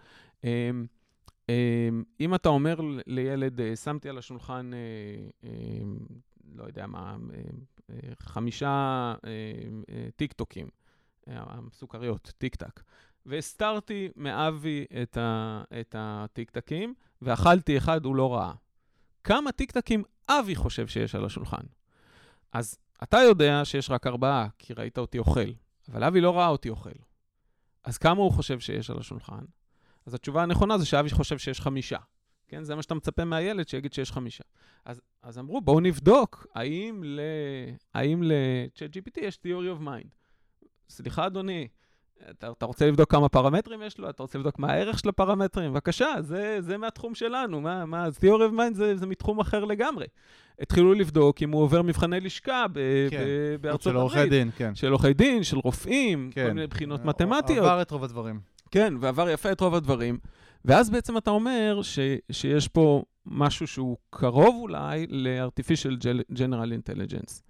אם אתה אומר לילד, שמתי על השולחן, לא יודע מה, חמישה טיק-טוקים, סוכריות, טיק-טק, והסתרתי מאבי את הטיק-טקים, ואכלתי אחד, הוא לא ראה. כמה טיק-טקים אבי חושב שיש על השולחן? אז אתה יודע שיש רק ארבעה, כי ראית אותי אוכל, אבל אבי לא ראה אותי אוכל. אז כמה הוא חושב שיש על השולחן? אז התשובה הנכונה זה שאבי חושב שיש חמישה. כן? זה מה שאתה מצפה מהילד שיגיד שיש חמישה. אז, אז אמרו, בואו נבדוק, האם ל, האם ל-צ'אט ג'י פי טי יש Theory of Mind? סליחה, אדוני, אתה, אתה רוצה לבדוק כמה פרמטרים יש לו? אתה רוצה לבדוק מה הערך של הפרמטרים? בבקשה, זה, זה מהתחום שלנו. מה, מה, Theory of Mind זה, זה מתחום אחר לגמרי. התחילו לבדוק אם הוא עובר מבחני לשכה ב-
כן.
ב- בארצות
של
הברית.
עורכי דין, כן.
של עורכי דין, של רופאים,
כן.
כל מיני בחינות מתמטיות.
עבר את רוב הדברים.
כן, ועבר יפה את רוב הדברים. ואז בעצם אתה אומר ש- שיש פה משהו שהוא קרוב אולי ל-Artificial General Intelligence.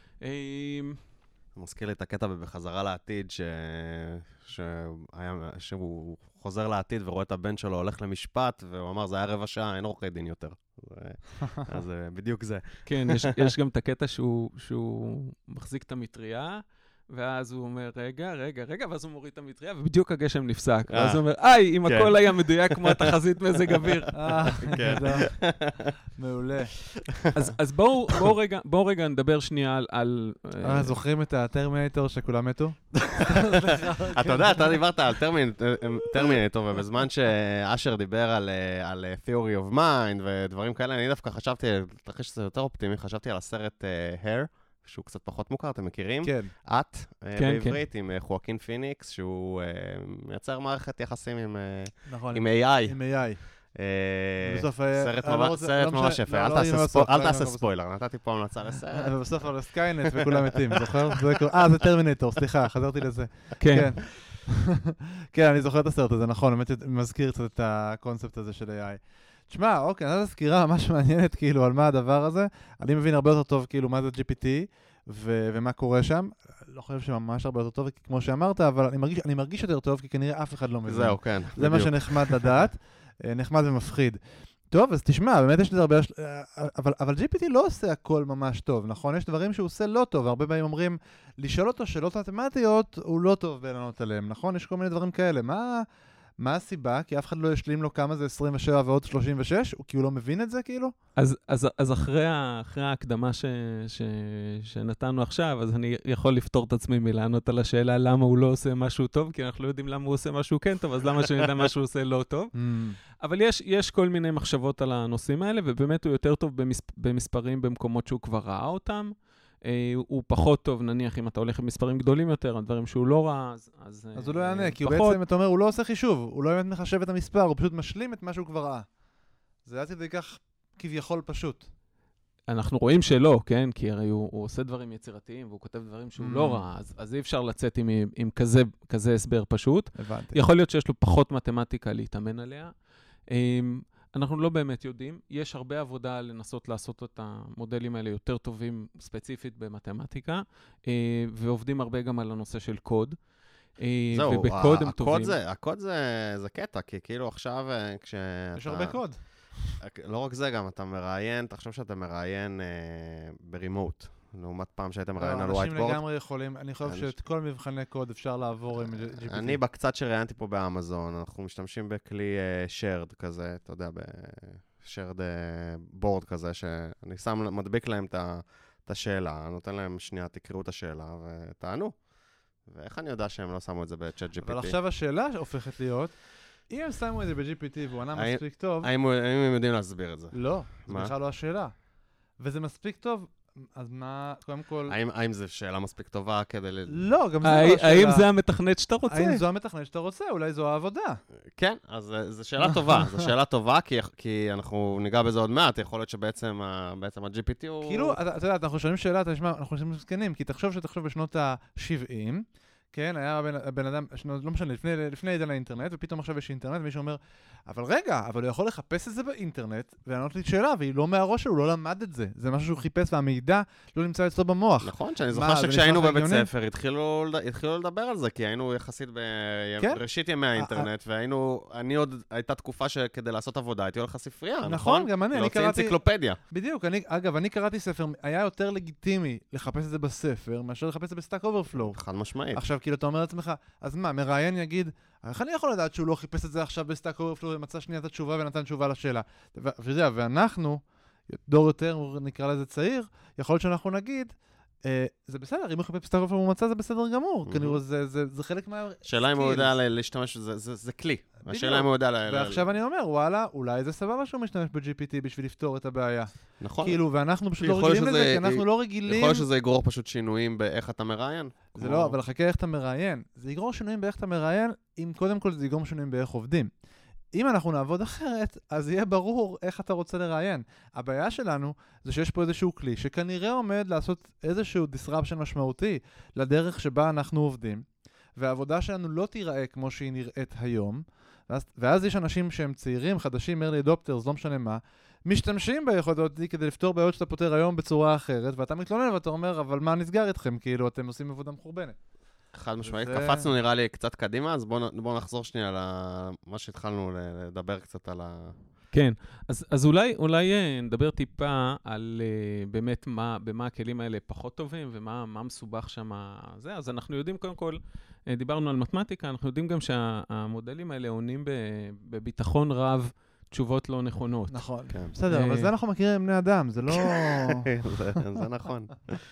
מזכיר לי את הקטע בחזרה לעתיד, ש... שהיה... שהוא חוזר לעתיד ורואה את הבן שלו הולך למשפט, והוא אמר, זה היה רבע שעה, אין עורכי דין יותר. אז בדיוק זה.
כן, יש, יש גם את הקטע שהוא, שהוא מחזיק את המטריה, ואז הוא אומר, רגע, רגע, רגע, ואז הוא מוריד את המטריה, ובדיוק הגשם נפסק. ואז הוא אומר, איי, אם הכל היה מדויק כמו התחזית מזג אוויר.
כן. מעולה.
אז בואו רגע, בואו רגע נדבר שנייה על...
זוכרים את הטרמינטור שכולם מתו?
אתה יודע, אתה דיברת על טרמינטור, ובזמן שאשר דיבר על Theory of Mind ודברים כאלה, אני דווקא חשבתי, אחרי שזה יותר אופטימי, חשבתי על הסרט Hair, שהוא קצת פחות מוכר, אתם מכירים?
כן.
את, בעברית, עם חואקין פיניקס, שהוא מייצר מערכת יחסים עם איי איי.
עם איי איי.
סרט ממש יפה, אל תעשה ספוילר, נתתי פה המלצה לסרט.
ובסוף על סקיינט וכולם מתים, זוכר? אה, זה טרמינטור, סליחה, חזרתי לזה.
כן.
כן, אני זוכר את הסרט הזה, נכון, באמת מזכיר קצת את הקונספט הזה של איי איי. תשמע, אוקיי, נתת סקירה ממש מעניינת כאילו על מה הדבר הזה. אני מבין הרבה יותר טוב כאילו מה זה ג'י פי טי ומה קורה שם. לא חושב שממש הרבה יותר טוב, כמו שאמרת, אבל אני מרגיש, אני מרגיש יותר טוב, כי כנראה אף אחד לא מבין.
זהו, כן.
זה מה שנחמד לדעת, נחמד ומפחיד. טוב, אז תשמע, באמת יש לזה הרבה... אבל, אבל ג'י פי טי לא עושה הכל ממש טוב, נכון? יש דברים שהוא עושה לא טוב, הרבה פעמים אומרים, לשאול אותו שאלות מתמטיות, הוא לא טוב בלענות עליהם, נכון? יש כל מיני דברים כאלה. מה... מה הסיבה? כי אף אחד לא ישלים לו כמה זה עשרים ושבע ועוד שלושים ושש? כי הוא לא מבין את זה כאילו?
אז, אז, אז אחרי, אחרי ההקדמה ש, ש, שנתנו עכשיו, אז אני יכול לפתור את עצמי מלענות על השאלה למה הוא לא עושה משהו טוב, כי אנחנו לא יודעים למה הוא עושה משהו כן טוב, אז למה שנדע מה שהוא עושה לא טוב? אבל יש, יש כל מיני מחשבות על הנושאים האלה, ובאמת הוא יותר טוב במספ, במספרים במקומות שהוא כבר ראה אותם. הוא פחות טוב, נניח, אם אתה הולך עם מספרים גדולים יותר, הדברים שהוא לא ראה, אז...
אז הוא לא יענה, כי הוא בעצם, אתה אומר, הוא לא עושה חישוב, הוא לא באמת מחשב את המספר, הוא פשוט משלים את מה שהוא כבר ראה. זה עד כדי כך כביכול פשוט.
אנחנו רואים שלא, כן? כי הרי הוא עושה דברים יצירתיים, והוא כותב דברים שהוא לא ראה, אז אי אפשר לצאת עם כזה הסבר פשוט.
הבנתי.
יכול להיות שיש לו פחות מתמטיקה להתאמן עליה. אנחנו לא באמת יודעים. יש הרבה עבודה לנסות לעשות את המודלים האלה יותר טובים, ספציפית במתמטיקה, ועובדים הרבה גם על הנושא של קוד.
זהו,
ובקוד הם טובים.
זה, הקוד זה, זה קטע, כי כאילו עכשיו כש...
יש הרבה קוד.
לא רק זה, גם אתה מראיין, תחשוב שאתה מראיין אה, ברימוט, לעומת פעם שהיית מראיין על ווייטבורד.
אנשים לגמרי יכולים, אני חושב שאת כל מבחני קוד אפשר לעבור עם ג'י פי טי.
אני בקצת שראיינתי פה באמזון, אנחנו משתמשים בכלי shared כזה, אתה יודע, ב-shared board כזה, שאני שם, מדביק להם את השאלה, נותן להם שנייה, תקראו את השאלה ותענו. ואיך אני יודע שהם לא שמו את זה ב-chat ג'י פי טי?
אבל עכשיו השאלה הופכת להיות, אם הם שמו את זה ב-ג'י פי טי והוא ענה מספיק טוב...
האם הם יודעים להסביר את זה?
לא, זה בכלל לא השאלה. וזה מספיק טוב, אז מה, קודם כל...
האם זו שאלה מספיק טובה כדי...
לא, גם זה לא השאלה.
האם זה המתכנת שאתה רוצה?
האם זו המתכנת שאתה רוצה? אולי זו העבודה.
כן, אז זו שאלה טובה. זו שאלה טובה, כי אנחנו ניגע בזה עוד מעט, יכול להיות שבעצם ה-ג'י פי טי הוא...
כאילו, אתה יודע, אנחנו שואלים שאלה, אנחנו שואלים מסכנים, כי תחשוב שתחשוב בשנות ה-שבעים, כן, היה בן אדם, לא משנה, לפני, לפני עידן האינטרנט, ופתאום עכשיו יש אינטרנט, ומישהו אומר, אבל רגע, אבל הוא יכול לחפש את זה באינטרנט, ולענות לי שאלה, והיא לא מהראש שלו, הוא לא למד את זה. זה משהו שהוא חיפש, והמידע לא נמצא אצלו במוח.
נכון, שאני זוכר שכשהיינו בבית ספר, התחילו, התחילו לדבר על זה, כי היינו יחסית בראשית כן? ימי האינטרנט, והיינו, אני עוד, הייתה תקופה שכדי לעשות עבודה, הייתי הולך לספרייה, נכון?
נכון, גם אני, אני קראתי...
אנציקלופדיה.
בדיוק, אני, אגב, אני קראתי ספר, היה יותר לגיטימי לחפש את זה בספר, מאשר לחפש את זה בסטאק אוברפלואו.
חד משמעית.
עכשיו, כאילו, אתה אומר לעצמך, אז מה, מראיין יגיד, איך אני יכול לדעת שהוא לא חיפש את זה עכשיו בסטאק אוברפלואו, ומצא שנייה את התשובה ונתן תשובה לשאלה. ו- ואנחנו, דור יותר, נקרא לזה צעיר, יכול להיות שאנחנו נגיד, אה, זה בסדר, אם הוא חיפש בסטאק אוברפלואו ומצא, זה בסדר גמור. Mm-hmm. כנראה, זה, זה, זה חלק מה...
שאלה אם הוא יודע להשתמש, זה, זה, זה כלי. השאלה אם הוא יודע...
ועכשיו אני אומר, וואלה, אולי זה סבבה שהוא משתמש ב-ג'י פי טי בשביל לפתור את הבעיה.
נכון.
כאילו, ואנחנו פשוט לא רגילים לזה, כי אנחנו לא רגילים...
יכול להיות שזה יגרור פשוט שינויים באיך אתה מראיין?
זה לא, אבל חכה איך אתה מראיין. זה יגרור שינויים באיך אתה מראיין, אם קודם כל זה יגרור שינויים באיך עובדים. אם אנחנו נעבוד אחרת, אז יהיה ברור איך אתה רוצה לראיין. הבעיה שלנו זה שיש פה איזשהו כלי שכנראה עומד לעשות איזשהו disruption משמעותי לדרך שבה אנחנו עובדים, והעבודה שלנו לא תיראה כמו שהיא נראית היום, ואז, ואז יש אנשים שהם צעירים, חדשים, early adopters, לא משנה מה, משתמשים ביכולות כדי לפתור בעיות שאתה פותר היום בצורה אחרת, ואתה מתלונן ואתה אומר, אבל מה נסגר איתכם? כאילו, אתם עושים עבודה מחורבנת.
חד משמעית, זה... קפצנו נראה לי קצת קדימה, אז בואו בוא נחזור שנייה למה שהתחלנו לדבר קצת על ה...
כן, אז, אז אולי, אולי נדבר טיפה על uh, באמת מה, במה הכלים האלה פחות טובים ומה מה מסובך שם זה. אז אנחנו יודעים קודם כל, uh, דיברנו על מתמטיקה, אנחנו יודעים גם שהמודלים האלה עונים בביטחון רב תשובות לא נכונות.
נכון. כן. בסדר, אבל זה אנחנו מכירים בני אדם, זה לא...
זה נכון.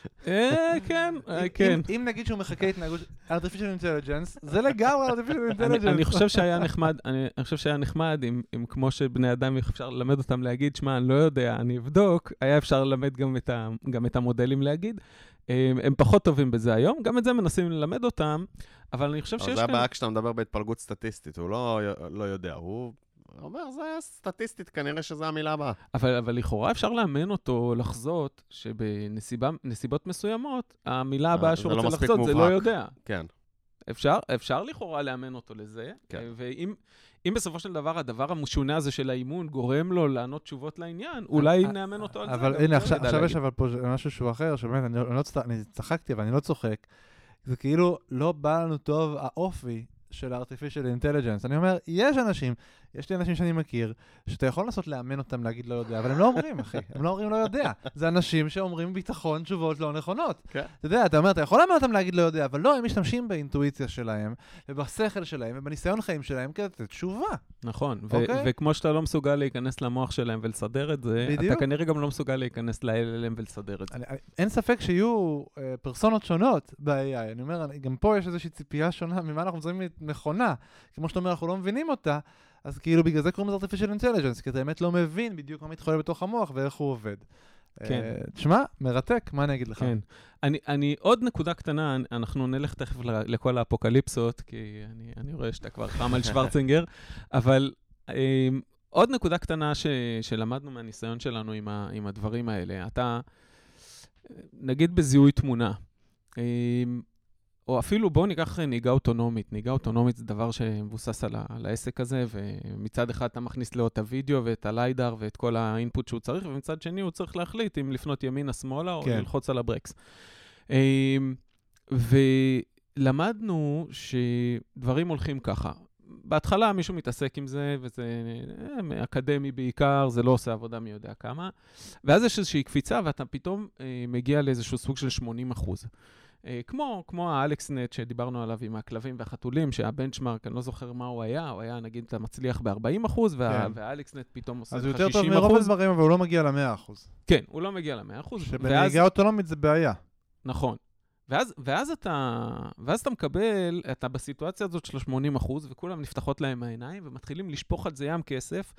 כן, כן.
אם נגיד שהוא מחכה התנהגות artificial intelligence, זה לגמרי artificial intelligence.
אני חושב שהיה נחמד, אני חושב שהיה נחמד, אם כמו שבני אדם אפשר ללמד אותם להגיד, שמה, אני לא יודע, אני אבדוק, היה אפשר ללמד גם את המודלים להגיד. הם פחות טובים בזה היום, גם את זה מנסים ללמד אותם, אבל אני חושב שיש כאן...
זה הבעיה כשאתה מדבר בהתפלגות סטטיסטית, הוא לא יודע, הוא... הוא אומר, זה סטטיסטית, כנראה שזו המילה הבאה.
אבל, אבל לכאורה אפשר לאמן אותו לחזות שבנסיבות מסוימות, המילה הבאה שהוא רוצה לחזות, זה לא יודע.
כן.
אפשר, אפשר לכאורה לאמן אותו לזה, כן. ואם אם בסופו של דבר, הדבר המשונה הזה של האימון גורם לו לענות תשובות לעניין, אולי נאמן אותו על זה.
אבל הנה, עכשיו יש אבל פה משהו שהוא אחר, שבאמת, אני צחקתי, אבל אני לא צוחק. זה כאילו לא בא לנו טוב האופי של artificial intelligence. אני אומר, יש אנשים, יש לי אנשים שאני מכיר, שאתה יכול לנסות לאמן אותם להגיד לא יודע, אבל הם לא אומרים, אחי. הם לא אומרים לא יודע. זה אנשים שאומרים ביטחון תשובות לא נכונות. אתה יודע, אתה אומר, אתה יכול לאמן אותם להגיד לא יודע, אבל לא, הם משתמשים באינטואיציה שלהם, ובשכל שלהם, ובניסיון חיים שלהם, כדי לתת תשובה.
נכון. וכמו שאתה לא מסוגל להיכנס למוח שלהם ולסדר את זה, אתה כנראה גם לא מסוגל להיכנס ל-אל אל אם ולסדר את זה.
אין ספק שיהיו פרסונות שונות ב-איי איי. אני אומר, גם פה יש איזושהי ציפייה שונה ממה אנחנו מזוהים מכונה. כמו שאתה אומר, אנחנו לא מבינים אותה, אז כאילו בגלל זה קוראים לזה artificial intelligence, כי אתה באמת לא מבין בדיוק מה מתחולל בתוך המוח ואיך הוא עובד.
כן.
תשמע, מרתק, מה אני אגיד לך?
כן. אני, אני, עוד נקודה קטנה, אנחנו נלך תכף לכל האפוקליפסות, כי אני, אני רואה שאתה כבר חם על שוורצינגר, אבל אה, עוד נקודה קטנה ש, שלמדנו מהניסיון שלנו עם, ה, עם הדברים האלה. אתה, נגיד בזיהוי תמונה, אה, או אפילו בואו ניקח נהיגה אוטונומית. נהיגה אוטונומית זה דבר שמבוסס על, ה, על העסק הזה, ומצד אחד אתה מכניס לו את הוידאו ואת הליידר ואת כל האינפוט שהוא צריך, ומצד שני הוא צריך להחליט אם לפנות ימינה, שמאלה, או כן. ללחוץ על הברקס. ולמדנו שדברים הולכים ככה. בהתחלה מישהו מתעסק עם זה, וזה אקדמי בעיקר, זה לא עושה עבודה מי יודע כמה, ואז יש איזושהי קפיצה, ואתה פתאום מגיע לאיזשהו סוג של שמונים אחוז. כמו, כמו האלכסנט שדיברנו עליו עם הכלבים והחתולים, שהבנצ'מרק, אני לא זוכר מה הוא היה, הוא היה, נגיד, אתה מצליח ב-ארבעים אחוז, וה, והאלכסנט פתאום עושה לך שישים אחוז.
אז הוא יותר טוב מרוב הדברים, אבל הוא לא מגיע ל-מאה אחוז.
כן, הוא לא מגיע ל-מאה אחוז.
שבנהיגה אוטונומית זה בעיה.
נכון. ואז, ואז אתה, ואז אתה מקבל, אתה בסיטואציה הזאת של שמונים אחוז, וכולם נפתחות להם העיניים, ומתחילים לשפוך על זה ים כסף,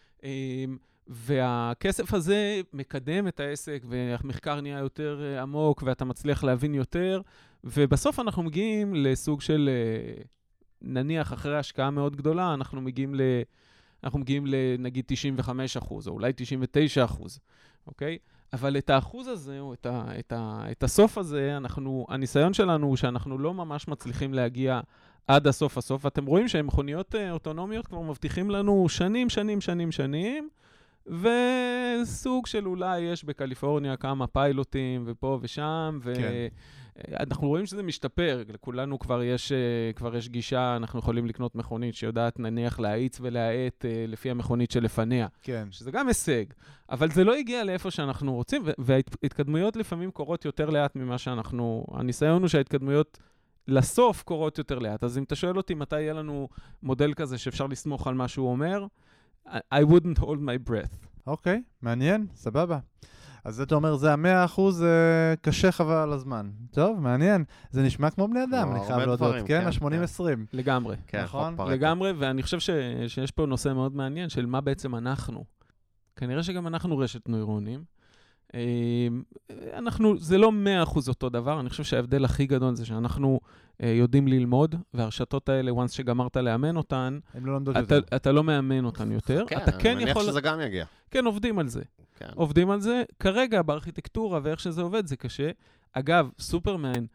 והכסף הזה מקדם את העסק, והמחקר נהיה יותר עמוק, ואתה מצליח להבין יותר, ובסוף אנחנו מגיעים לסוג של, נניח אחרי השקעה מאוד גדולה, אנחנו מגיעים ל... אנחנו מגיעים לנגיד תשעים וחמישה אחוז, או אולי תשעים ותשעה אחוז, אוקיי? אבל את האחוז הזה, או את, ה, את, ה, את הסוף הזה, אנחנו, הניסיון שלנו הוא שאנחנו לא ממש מצליחים להגיע עד הסוף הסוף. אתם רואים שמכוניות אוטונומיות כבר מבטיחים לנו שנים, שנים, שנים, שנים, וסוג של אולי יש בקליפורניה כמה פיילוטים ופה ושם, ו... כן. אנחנו רואים שזה משתפר, לכולנו כבר יש, כבר יש גישה, אנחנו יכולים לקנות מכונית שיודעת נניח להאיץ ולהאט לפי המכונית שלפניה.
כן.
שזה גם הישג, אבל זה לא הגיע לאיפה שאנחנו רוצים, וההתקדמויות לפעמים קורות יותר לאט ממה שאנחנו, הניסיון הוא שההתקדמויות לסוף קורות יותר לאט. אז אם אתה שואל אותי מתי יהיה לנו מודל כזה שאפשר לסמוך על מה שהוא אומר, I wouldn't hold my breath.
אוקיי, מעניין, סבבה. אז אתה אומר, זה המאה אחוז קשה חבל על הזמן. טוב, מעניין. זה נשמע כמו בני אדם, אני חייב להודות, כן? ה-שמונים עשרים.
לגמרי.
נכון?
לגמרי, ואני חושב שיש פה נושא מאוד מעניין של מה בעצם אנחנו. כנראה שגם אנחנו רשת נוירונים. אנחנו, זה לא מאה אחוז אותו דבר, אני חושב שההבדל הכי גדול זה שאנחנו יודעים ללמוד, והרשתות האלה, once שגמרת לאמן אותן, אתה לא מאמן אותן יותר.
כן, אני מניח שזה גם יגיע.
כן, עובדים על זה. עובדים על זה. כרגע בארכיטקטורה ואיך שזה עובד זה קשה. אגב, סופרמן,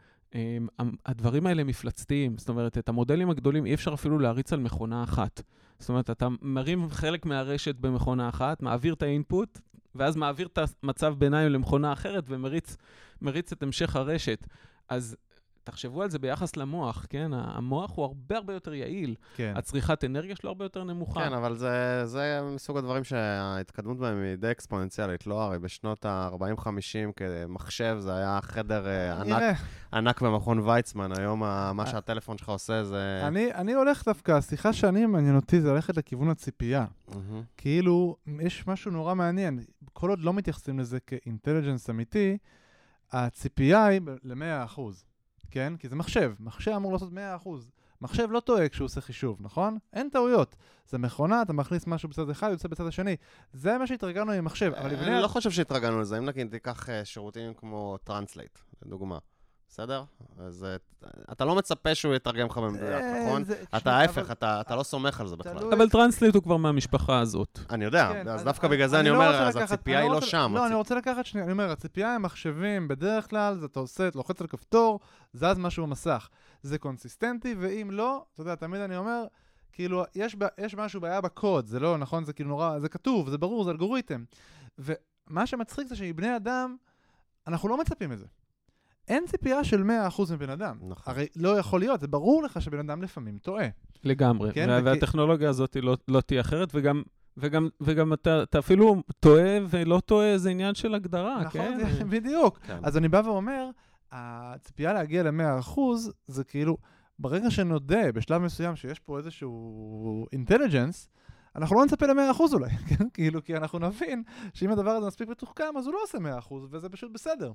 הדברים האלה מפלצתיים, זאת אומרת, את המודלים הגדולים אי אפשר אפילו להריץ על מכונה אחת. זאת אומרת, אתה מרים חלק מהרשת במכונה אחת, מעביר את האינפוט, ואז מעביר את המצב ביניים למכונה אחרת, ומריץ מריץ את המשך הרשת. אז תחשבו על זה ביחס למוח, כן? המוח הוא הרבה הרבה יותר יעיל.
כן.
הצריכת אנרגיה שלו הרבה יותר נמוכה.
כן, אבל זה, זה מסוג הדברים שההתקדמות בהם היא די אקספוננציאלית, לא? הרי בשנות ה-ארבעים חמישים כמחשב זה היה חדר ענק, ענק במכון ויצמן. היום מה שהטלפון שלך עושה זה...
אני, אני הולך דווקא, השיחה שאני מעניין אותי זה הולכת לכיוון הציפייה. כאילו, יש משהו נורא מעניין. כל עוד לא מתייחסים לזה כאינטליג'נס אמיתי, הציפייה היא ל-מאה אחוז. כן? כי זה מחשב. מחשב אמור לעשות מאה אחוז. מחשב לא טועה כשהוא עושה חישוב, נכון? אין טעויות. זה מכונה, אתה מכניס משהו בצד אחד, יוצא בצד השני. זה מה שהתרגלנו עם מחשב.
אני לא חושב שהתרגלנו לזה. אם נגיד תיקח שירותים כמו טרנסלייט, לדוגמה. בסדר? אז אתה לא מצפה שהוא יתרגם לך במדויק, נכון? אתה ההפך, אתה לא סומך על זה בכלל.
אבל טרנסלייט הוא כבר מהמשפחה הזאת.
אני יודע, אז דווקא בגלל זה אני אומר, אז הציפייה היא לא שם.
לא, אני רוצה לקחת שנייה, אני אומר, הציפייה הם מחשבים, בדרך כלל, אתה עושה, לוחץ על כפתור, זז משהו במסך. זה קונסיסטנטי, ואם לא, אתה יודע, תמיד אני אומר, כאילו, יש משהו בעיה בקוד, זה לא, נכון? זה כאילו נורא, זה כתוב, זה ברור, זה אלגוריתם. ומה שמצחיק זה שבני אדם, אנחנו לא מצפים את זה. אין ציפייה של מאה אחוז מבן אדם.
נכון.
הרי לא יכול להיות, זה ברור לך שבן אדם לפעמים טועה.
לגמרי. כן, וה- והטכנולוגיה הזאת לא, לא תהיה אחרת, וגם, וגם, וגם אתה, אתה אפילו טועה ולא טועה, זה עניין של הגדרה,
נכון,
כן?
זה, בדיוק. כן. אז אני בא ואומר, הציפייה להגיע ל-מאה אחוז, זה כאילו, ברגע שנודע, בשלב מסוים שיש פה איזשהו intelligence, אנחנו לא נצפה ל-מאה אחוז אולי, כן? כאילו, כי אנחנו נבין שאם הדבר הזה מספיק מתוחכם, אז הוא לא עושה מאה אחוז, וזה פשוט בסדר.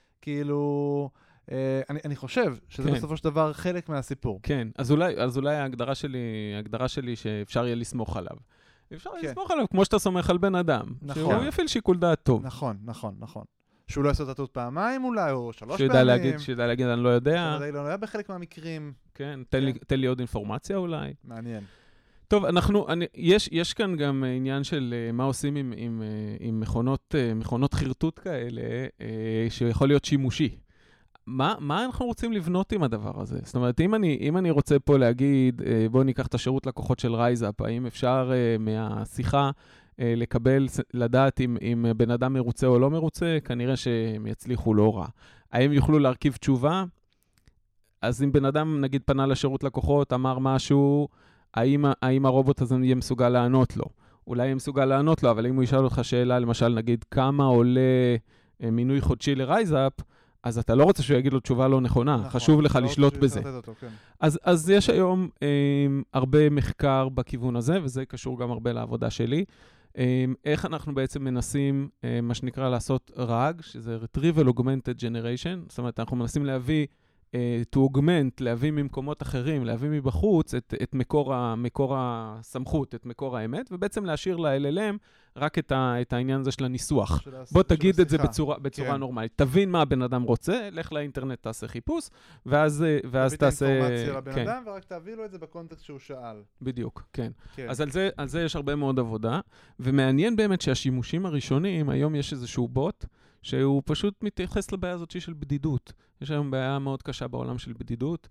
כאילו, אה, אני, אני חושב שזה כן. בסופו של דבר חלק מהסיפור.
כן, אז אולי, אז אולי ההגדרה שלי, ההגדרה שלי שאפשר יהיה לסמוך עליו. אפשר כן. לסמוך עליו כמו שאתה סומך על בן אדם. נכון. שהוא יפעיל שיקול דעת טוב.
נכון, נכון, נכון. שהוא לא יעשה את הטעות פעמיים אולי, או שלוש
שידע
פעמים.
להגיד, שידע להגיד, אני לא יודע.
שידע לא יודע בחלק מהמקרים.
כן, תן, כן. לי, תן לי עוד אינפורמציה אולי.
מעניין.
טוב, אנחנו, אני, יש, יש כאן גם עניין של uh, מה עושים עם, עם, uh, עם מכונות, uh, מכונות חרטוט כאלה, uh, שיכול להיות שימושי. מה, מה אנחנו רוצים לבנות עם הדבר הזה? זאת אומרת, אם אני, אם אני רוצה פה להגיד, בואו ניקח את השירות לקוחות של רייזאפ, האם אפשר מהשיחה לקבל, לדעת אם, אם בן אדם מרוצה או לא מרוצה, כנראה שהם יצליחו לא רע. האם יוכלו להרכיב תשובה? אז אם בן אדם, נגיד, פנה לשירות לקוחות, אמר משהו, האם, האם הרובוט הזה יהיה מסוגל לענות לו? אולי יהיה מסוגל לענות לו, אבל אם הוא ישאל אותך שאלה, למשל, נגיד, כמה עולה מינוי חודשי לרייזאפ, אז אתה לא רוצה שהוא יגיד לו תשובה לא נכונה, נכון, חשוב לך לשלוט בזה.
אותו, כן.
אז, אז יש היום אה, הרבה מחקר בכיוון הזה, וזה קשור גם הרבה לעבודה שלי. אה, איך אנחנו בעצם מנסים, אה, מה שנקרא, לעשות רג, שזה Retrieval Augmented Generation, זאת אומרת, אנחנו מנסים להביא, אה, to augment, להביא ממקומות אחרים, להביא מבחוץ את, את מקור, ה, מקור הסמכות, את מקור האמת, ובעצם להשאיר ל-אל אל אם רק את, ה, את העניין הזה של הניסוח. של בוא תגיד של את זה בצורה, בצורה כן. נורמלית. תבין מה הבן אדם רוצה, לך לאינטרנט, תעשה חיפוש, ואז, ואז תעשה...
תביא את האינפורמציה לבן כן. אדם, ורק תביא לו את זה בקונטקסט שהוא שאל.
בדיוק, כן. כן. אז על זה, על זה יש הרבה מאוד עבודה, ומעניין באמת שהשימושים הראשונים, היום יש איזשהו בוט, שהוא פשוט מתייחס לבעיה הזאת של בדידות. יש היום בעיה מאוד קשה בעולם של בדידות.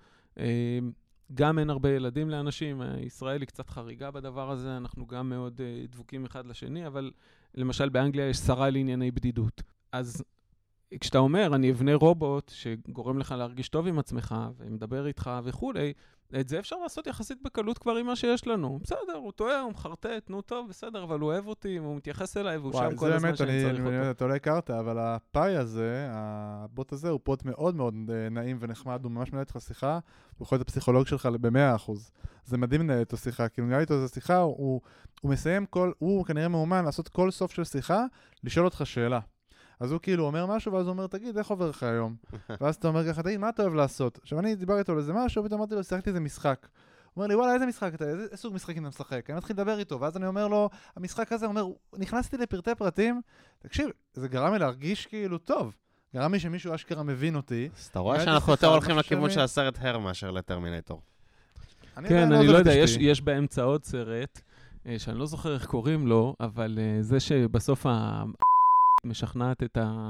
גם אין הרבה ילדים לאנשים, ישראל היא קצת חריגה בדבר הזה, אנחנו גם מאוד דבוקים אחד לשני, אבל למשל באנגליה יש שרה לענייני בדידות. אז כשאתה אומר, אני אבנה רובוט שגורם לך להרגיש טוב עם עצמך, ומדבר איתך וכולי, את זה אפשר לעשות יחסית בקלות כבר עם מה שיש לנו. בסדר, הוא טועה, הוא מחרטט, נו טוב, בסדר, אבל הוא אוהב אותי, הוא מתייחס אליי, והוא שם כל הזמן שאני צריך אותו.
אתה לא הכרת, אבל הפאי הזה, הבוט הזה, הוא פוט מאוד מאוד נעים ונחמד, הוא ממש מנהל איתך שיחה, הוא יכול להיות הפסיכולוג שלך ב-מאה אחוז. זה מדהים לנהל איתו שיחה, כי הוא נראה איתו איזו שיחה, הוא מסיים כל, הוא כנראה מאומן לעשות כל סוף של שיחה, לשאול אותך שאלה. אז הוא כאילו אומר משהו, ואז הוא אומר, תגיד, איך עובר לך היום? ואז אתה אומר ככה, תגיד, מה אתה אוהב לעשות? עכשיו, אני דיבר איתו לזה משהו, ופתאום אמרתי לו, שיחקתי איזה משחק. הוא אומר לי, וואלה, איזה משחק אתה? איזה סוג משחקים אתה משחק? אני מתחיל לדבר איתו, ואז אני אומר לו, המשחק הזה, הוא אומר, נכנסתי לפרטי פרטים, תקשיב, זה גרם לי להרגיש כאילו טוב. גרם לי שמישהו אשכרה מבין אותי.
אז אתה רואה שאנחנו יותר הולכים לכיוון של הסרט הר מאשר לטרמינטור.
כן, אני לא יודע, יש באמצע עוד סרט, שאני לא זוכר איך קוראים לו, אבל זה שבסוף משכנעת את ה...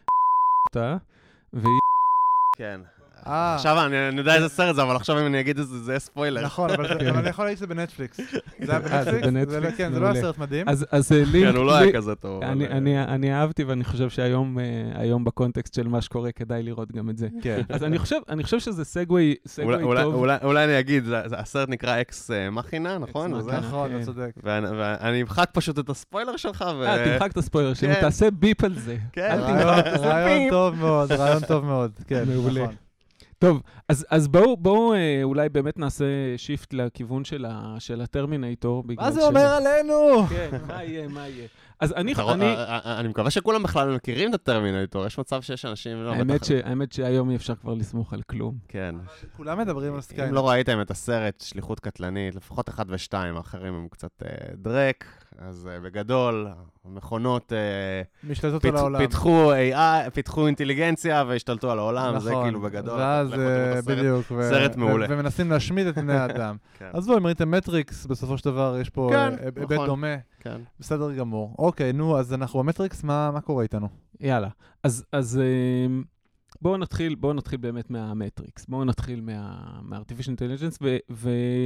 והיא...
כן. עכשיו אני יודע איזה סרט זה, אבל עכשיו אם אני אגיד את זה, זה ספוילר.
נכון, אבל אני יכול להגיד שזה בנטפליקס. זה היה בנטפליקס? כן, זה לא היה סרט מדהים.
אז לי...
כן, הוא לא היה כזה טוב.
אני אהבתי, ואני חושב שהיום בקונטקסט של מה שקורה, כדאי לראות גם את זה. אז אני חושב שזה סגווי טוב.
אולי אני אגיד, הסרט נקרא אקס מכינה, נכון?
נכון, אתה צודק.
ואני אמחק פשוט את הספוילר שלך.
אה, תמחק את הספוילר שלך, תעשה ביפ על זה.
רעיון טוב מאוד, רעיון טוב מאוד. כן,
מעולה. טוב, אז, אז בואו, בואו אולי באמת נעשה שיפט לכיוון של, ה, של הטרמינטור.
מה זה אומר עלינו?
כן, מה יהיה, מה יהיה. אז אני, אני...
אני מקווה שכולם בכלל מכירים את הטרמינטור, יש מצב שיש אנשים...
האמת, ש... האמת שהיום אי אפשר כבר לסמוך על כלום.
כן.
כולם מדברים על סקיינט.
אם לא ראיתם את הסרט, שליחות קטלנית, לפחות אחד ושתיים, האחרים הם קצת דרק, אז בגדול, המכונות
משתלטות על העולם.
פיתחו איי איי, פיתחו אינטליגנציה והשתלטו על העולם, זה כאילו בגדול.
ואז בדיוק.
סרט מעולה.
ומנסים להשמיד את בני האדם. אז בואו, אם ראיתם מטריקס, בסופו של דבר יש פה היבט דומה.
כן.
בסדר גמור. אוקיי, נו, אז אנחנו במטריקס, מה, מה קורה איתנו?
יאללה. אז, אז בואו נתחיל, בואו נתחיל באמת מהמטריקס. בואו נתחיל מה, מה-Artificial Intelligence, ו, ו,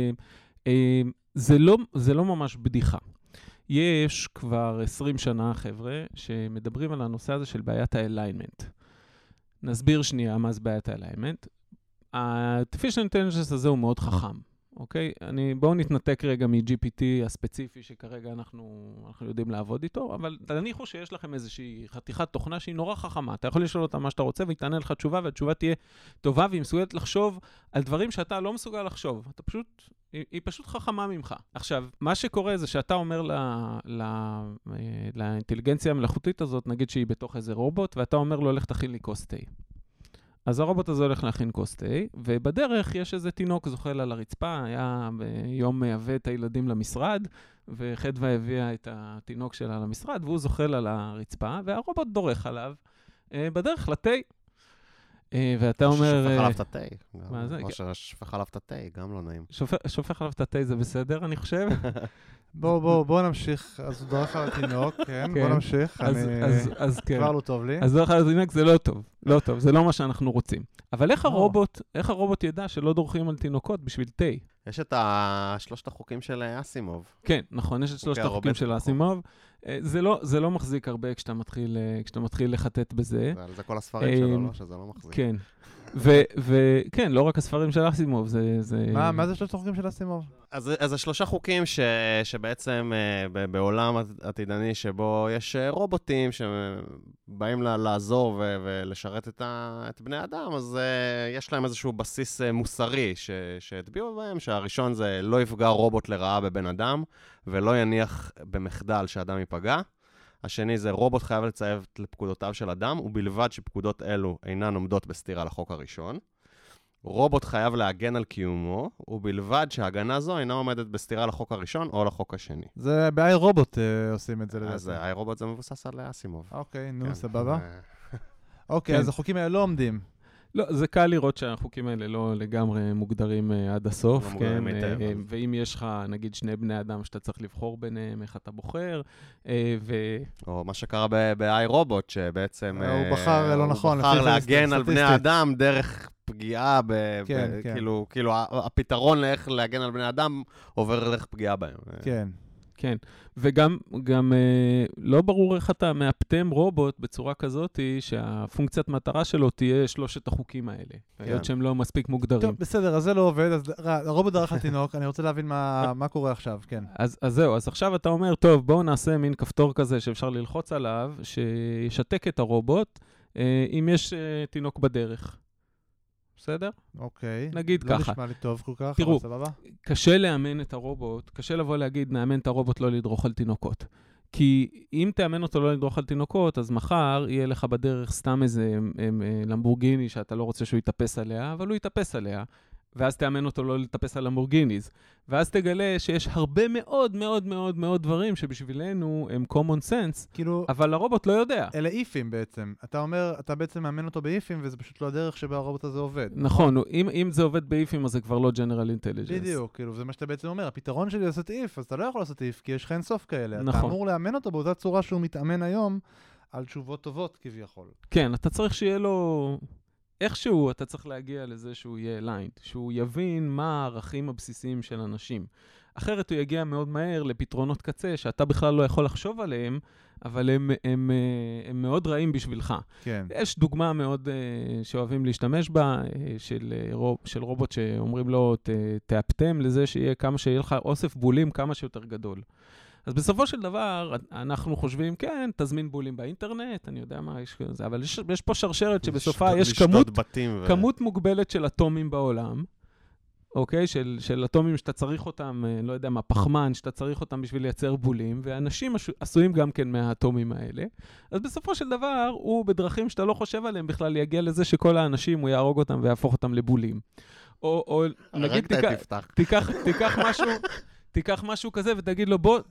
זה לא, זה לא ממש בדיחה. יש כבר עשרים שנה, חבר'ה, שמדברים על הנושא הזה של בעיית ה-alignment. נסביר שנייה מה זה בעיית ה-alignment. ה-Artificial Intelligence הזה הוא מאוד חכם. אוקיי? אני, בואו נתנתק רגע מ-ג'י פי טי הספציפי שכרגע אנחנו, אנחנו יודעים לעבוד איתו, אבל תניחו שיש לכם איזושהי חתיכת תוכנה שהיא נורא חכמה. אתה יכול לשאול אותה מה שאתה רוצה והיא תענה לך תשובה, והתשובה תהיה טובה והיא מסוגלת לחשוב על דברים שאתה לא מסוגל לחשוב. אתה פשוט, היא, היא פשוט חכמה ממך. עכשיו, מה שקורה זה שאתה אומר ל, ל, לאינטליגנציה המלאכותית הזאת, נגיד שהיא בתוך איזה רובוט, ואתה אומר לו, לך תכין לי כוס תה. אז הרובוט הזה הולך להכין כוס תה, ובדרך יש איזה תינוק זוחל על הרצפה, היה ביום מהווה את הילדים למשרד, וחדווה הביאה את התינוק שלה למשרד, והוא זוחל על הרצפה, והרובוט דורך עליו בדרך לתה. ואתה אומר...
שופך עליו את התה.
מה זה?
או ששופך עליו את התה, גם לא נעים.
שופך עליו את התה זה בסדר, אני חושב.
בוא, בוא, בוא נמשיך. אז הוא דרך על התינוק, כן, בוא נמשיך.
אז כן.
כבר לא טוב לי.
אז דרך על התינוק זה לא טוב. לא טוב, זה לא מה שאנחנו רוצים. אבל איך הרובוט, איך הרובוט ידע שלא דורכים על תינוקות בשביל תה?
יש את שלושת החוקים של אסימוב.
כן, נכון, יש את שלושת החוקים של אסימוב. זה לא, זה לא מחזיק הרבה כשאתה מתחיל, כשאתה מתחיל לחטט בזה.
זה כל הספרים שלו, לא? שזה לא מחזיק.
כן. וכן, לא רק הספרים של אסימוב, זה...
מה, מה זה שלושת החוקים של אסימוב?
אז זה שלושה חוקים שבעצם בעולם עתידני שבו יש רובוטים שבאים לעזור ולשרת את בני אדם, אז יש להם איזשהו בסיס מוסרי שהטביעו בהם, שהראשון זה לא יפגע רובוט לרעה בבן אדם, ולא יניח במחדל שאדם ייפגע. השני זה רובוט חייב לציית לפקודותיו של אדם, ובלבד שפקודות אלו אינן עומדות בסתירה לחוק הראשון. רובוט חייב להגן על קיומו, ובלבד שההגנה זו אינה עומדת בסתירה לחוק הראשון או לחוק השני.
זה ב-איי רובוט עושים את זה לדעתי.
אז איי רובוט זה מבוסס על אסימוב.
אוקיי, נו, סבבה. אוקיי, אז החוקים האלה לא עומדים.
לא, זה קל לראות שהחוקים האלה לא לגמרי מוגדרים עד הסוף, כן? ואם יש לך, נגיד, שני בני אדם שאתה צריך לבחור ביניהם, איך אתה בוחר, ו...
או מה שקרה ב-איי רובוט, שבעצם...
הוא בחר לא נכון.
הוא בחר להגן על בני האדם דרך פגיעה, כאילו, הפתרון לאיך להגן על בני אדם עובר דרך פגיעה בהם.
כן.
כן, וגם גם, אה, לא ברור איך אתה מאפטם רובוט בצורה כזאת, שהפונקציית מטרה שלו תהיה שלושת החוקים האלה. כן. היות שהם לא מספיק מוגדרים. טוב,
בסדר, אז זה לא עובד, אז הרובוט דרך התינוק, אני רוצה להבין מה, מה קורה עכשיו, כן.
אז, אז זהו, אז עכשיו אתה אומר, טוב, בואו נעשה מין כפתור כזה שאפשר ללחוץ עליו, שישתק את הרובוט, אה, אם יש אה, תינוק בדרך. בסדר?
אוקיי.
נגיד
לא
ככה.
לא נשמע לי טוב כל כך,
תראו,
אבל סבבה.
קשה לאמן את הרובוט, קשה לבוא להגיד, נאמן את הרובוט לא לדרוך על תינוקות. כי אם תאמן אותו לא לדרוך על תינוקות, אז מחר יהיה לך בדרך סתם איזה הם, הם, למבורגיני שאתה לא רוצה שהוא יתאפס עליה, אבל הוא יתאפס עליה. ואז תאמן אותו לא לטפס על למבורגיניז. ואז תגלה שיש הרבה מאוד מאוד מאוד מאוד דברים שבשבילנו הם common sense, כאילו, אבל הרובוט לא יודע.
אלה איפים בעצם. אתה אומר, אתה בעצם מאמן אותו באיפים, וזה פשוט לא הדרך שבה הרובוט הזה עובד.
נכון, אם, אם זה עובד באיפים, אז זה כבר לא general intelligence.
בדיוק, כאילו, זה מה שאתה בעצם אומר. הפתרון שלי לעשות איף, אז אתה לא יכול לעשות איף, כי יש לך אינסוף כאלה.
נכון.
אתה אמור לאמן אותו באותה צורה שהוא מתאמן היום, על תשובות טובות כביכול.
כן, אתה צריך שיהיה לו... איכשהו אתה צריך להגיע לזה שהוא יהיה aligned, שהוא יבין מה הערכים הבסיסיים של אנשים. אחרת הוא יגיע מאוד מהר לפתרונות קצה שאתה בכלל לא יכול לחשוב עליהם, אבל הם, הם, הם, הם מאוד רעים בשבילך.
כן.
יש דוגמה מאוד uh, שאוהבים להשתמש בה, uh, של, uh, רוב, של רובוט שאומרים לו, ת, תאפטם לזה שיהיה כמה שיהיה לך אוסף בולים כמה שיותר גדול. אז בסופו של דבר, אנחנו חושבים, כן, תזמין בולים באינטרנט, אני יודע מה יש כזה, אבל יש, יש פה שרשרת שבסופה יש כמות, כמות מוגבלת של אטומים בעולם, אוקיי? של, של אטומים שאתה צריך אותם, לא יודע מה, פחמן, שאתה צריך אותם בשביל לייצר בולים, ואנשים עשויים גם כן מהאטומים האלה. אז בסופו של דבר, הוא בדרכים שאתה לא חושב עליהם בכלל, יגיע לזה שכל האנשים, הוא יהרוג אותם ויהפוך אותם לבולים. או, או נגיד, תיקח, תיקח, תיקח משהו... תיקח משהו כזה ותגיד לו, בוא...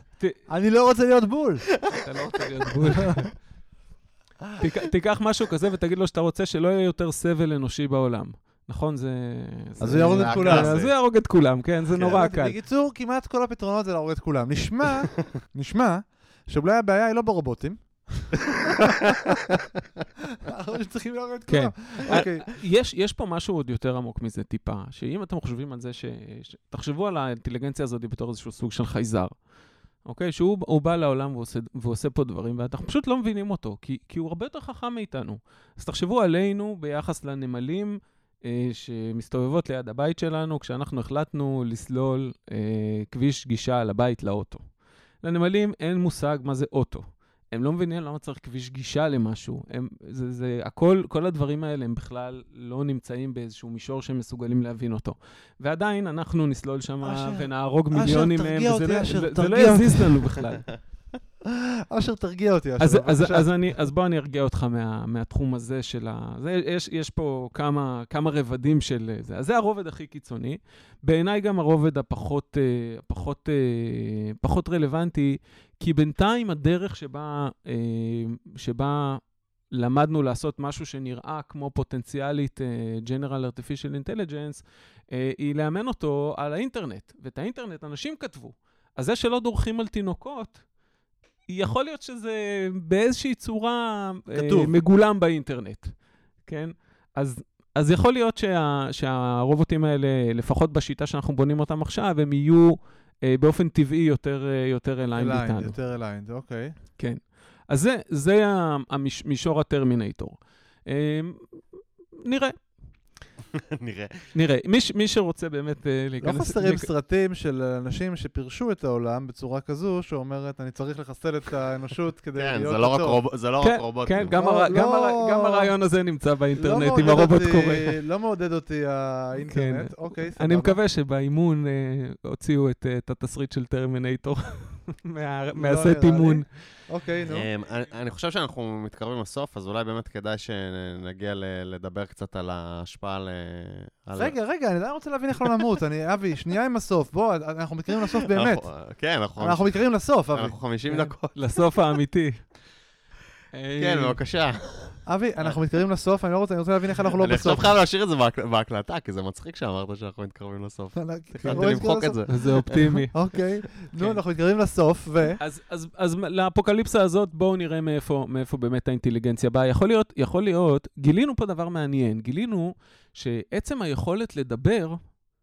אני לא רוצה להיות בול.
אתה לא רוצה להיות בול. תיקח משהו כזה ותגיד לו שאתה רוצה שלא יהיה יותר סבל אנושי בעולם. נכון? זה...
אז הוא יהרוג את כולם.
אז הוא יהרוג את כולם, כן, זה נורא קל.
בקיצור, כמעט כל הפתרונות זה להרוג את כולם. נשמע, נשמע, שאולי הבעיה היא לא ברובוטים. אנחנו צריכים להרוג את כולם.
יש פה משהו עוד יותר עמוק מזה טיפה, שאם אתם חושבים על זה, תחשבו על האינטליגנציה הזאת בתור איזשהו סוג של חייזר. אוקיי? שהוא בא לעולם ועושה פה דברים, ואנחנו פשוט לא מבינים אותו, כי הוא הרבה יותר חכם מאיתנו. אז תחשבו עלינו ביחס לנמלים שמסתובבות ליד הבית שלנו, כשאנחנו החלטנו לסלול כביש גישה לבית לאוטו. לנמלים אין מושג מה זה אוטו. הם לא מבינים למה צריך כביש גישה למשהו. הם, זה, זה, הכל, כל הדברים האלה הם בכלל לא נמצאים באיזשהו מישור שהם מסוגלים להבין אותו. ועדיין אנחנו נסלול שם ונהרוג מיליונים מהם, וזה לא יזיז לנו בכלל.
אשר, תרגיע אותי.
אז, אז, אז, אני, אז בוא אני ארגיע אותך מה, מהתחום הזה של ה... זה, יש, יש פה כמה, כמה רבדים של זה. אז זה הרובד הכי קיצוני. בעיניי גם הרובד הפחות, פחות, פחות רלוונטי, כי בינתיים הדרך שבה, שבה למדנו לעשות משהו שנראה כמו פוטנציאלית uh, General Artificial Intelligence, uh, היא לאמן אותו על האינטרנט. ואת האינטרנט אנשים כתבו. אז זה שלא דורכים על תינוקות, יכול להיות שזה באיזושהי צורה uh, מגולם באינטרנט. כן? אז, אז יכול להיות שה, שהרובוטים האלה, לפחות בשיטה שאנחנו בונים אותם עכשיו, הם יהיו uh, באופן טבעי יותר, uh, יותר אליינד איתנו.
יותר אליינד, אוקיי.
כן. אז זה, זה המישור הטרמינטור. נראה.
נראה.
נראה. מי, מי שרוצה באמת להיכנס...
לא חסרים סרטים של אנשים שפירשו את העולם בצורה כזו, שאומרת, אני צריך לחסל את האנושות כדי להיות
טוב. כן, זה לא רק רובוטים.
כן, גם הרעיון הזה נמצא באינטרנט, עם הרובוט קורא.
לא מעודד אותי האינטרנט. אוקיי, סבבה.
אני מקווה שבאימון הוציאו את התסריט של טרמינטור מהסט אימון.
אוקיי, נו.
אני חושב שאנחנו מתקרבים לסוף, אז אולי באמת כדאי שנגיע לדבר קצת על ההשפעה על...
רגע, רגע, אני עדיין רוצה להבין איך לא נמות. אני, אבי, שנייה עם הסוף. בוא, אנחנו מתקרבים לסוף באמת.
כן,
אנחנו מתקרבים לסוף, אבי.
אנחנו חמישים דקות.
לסוף האמיתי.
כן, בבקשה.
אבי, אנחנו מתקרבים לסוף, אני לא רוצה, אני רוצה להבין איך אנחנו לא בסוף.
אני עכשיו חייב להשאיר את זה בהקלטה, כי זה מצחיק שאמרת שאנחנו מתקרבים לסוף. תחלתי למחוק את זה.
זה אופטימי.
אוקיי, נו, אנחנו מתקרבים לסוף, ו...
אז לאפוקליפסה הזאת, בואו נראה מאיפה באמת האינטליגנציה באה. יכול להיות, יכול להיות, גילינו פה דבר מעניין, גילינו שעצם היכולת לדבר,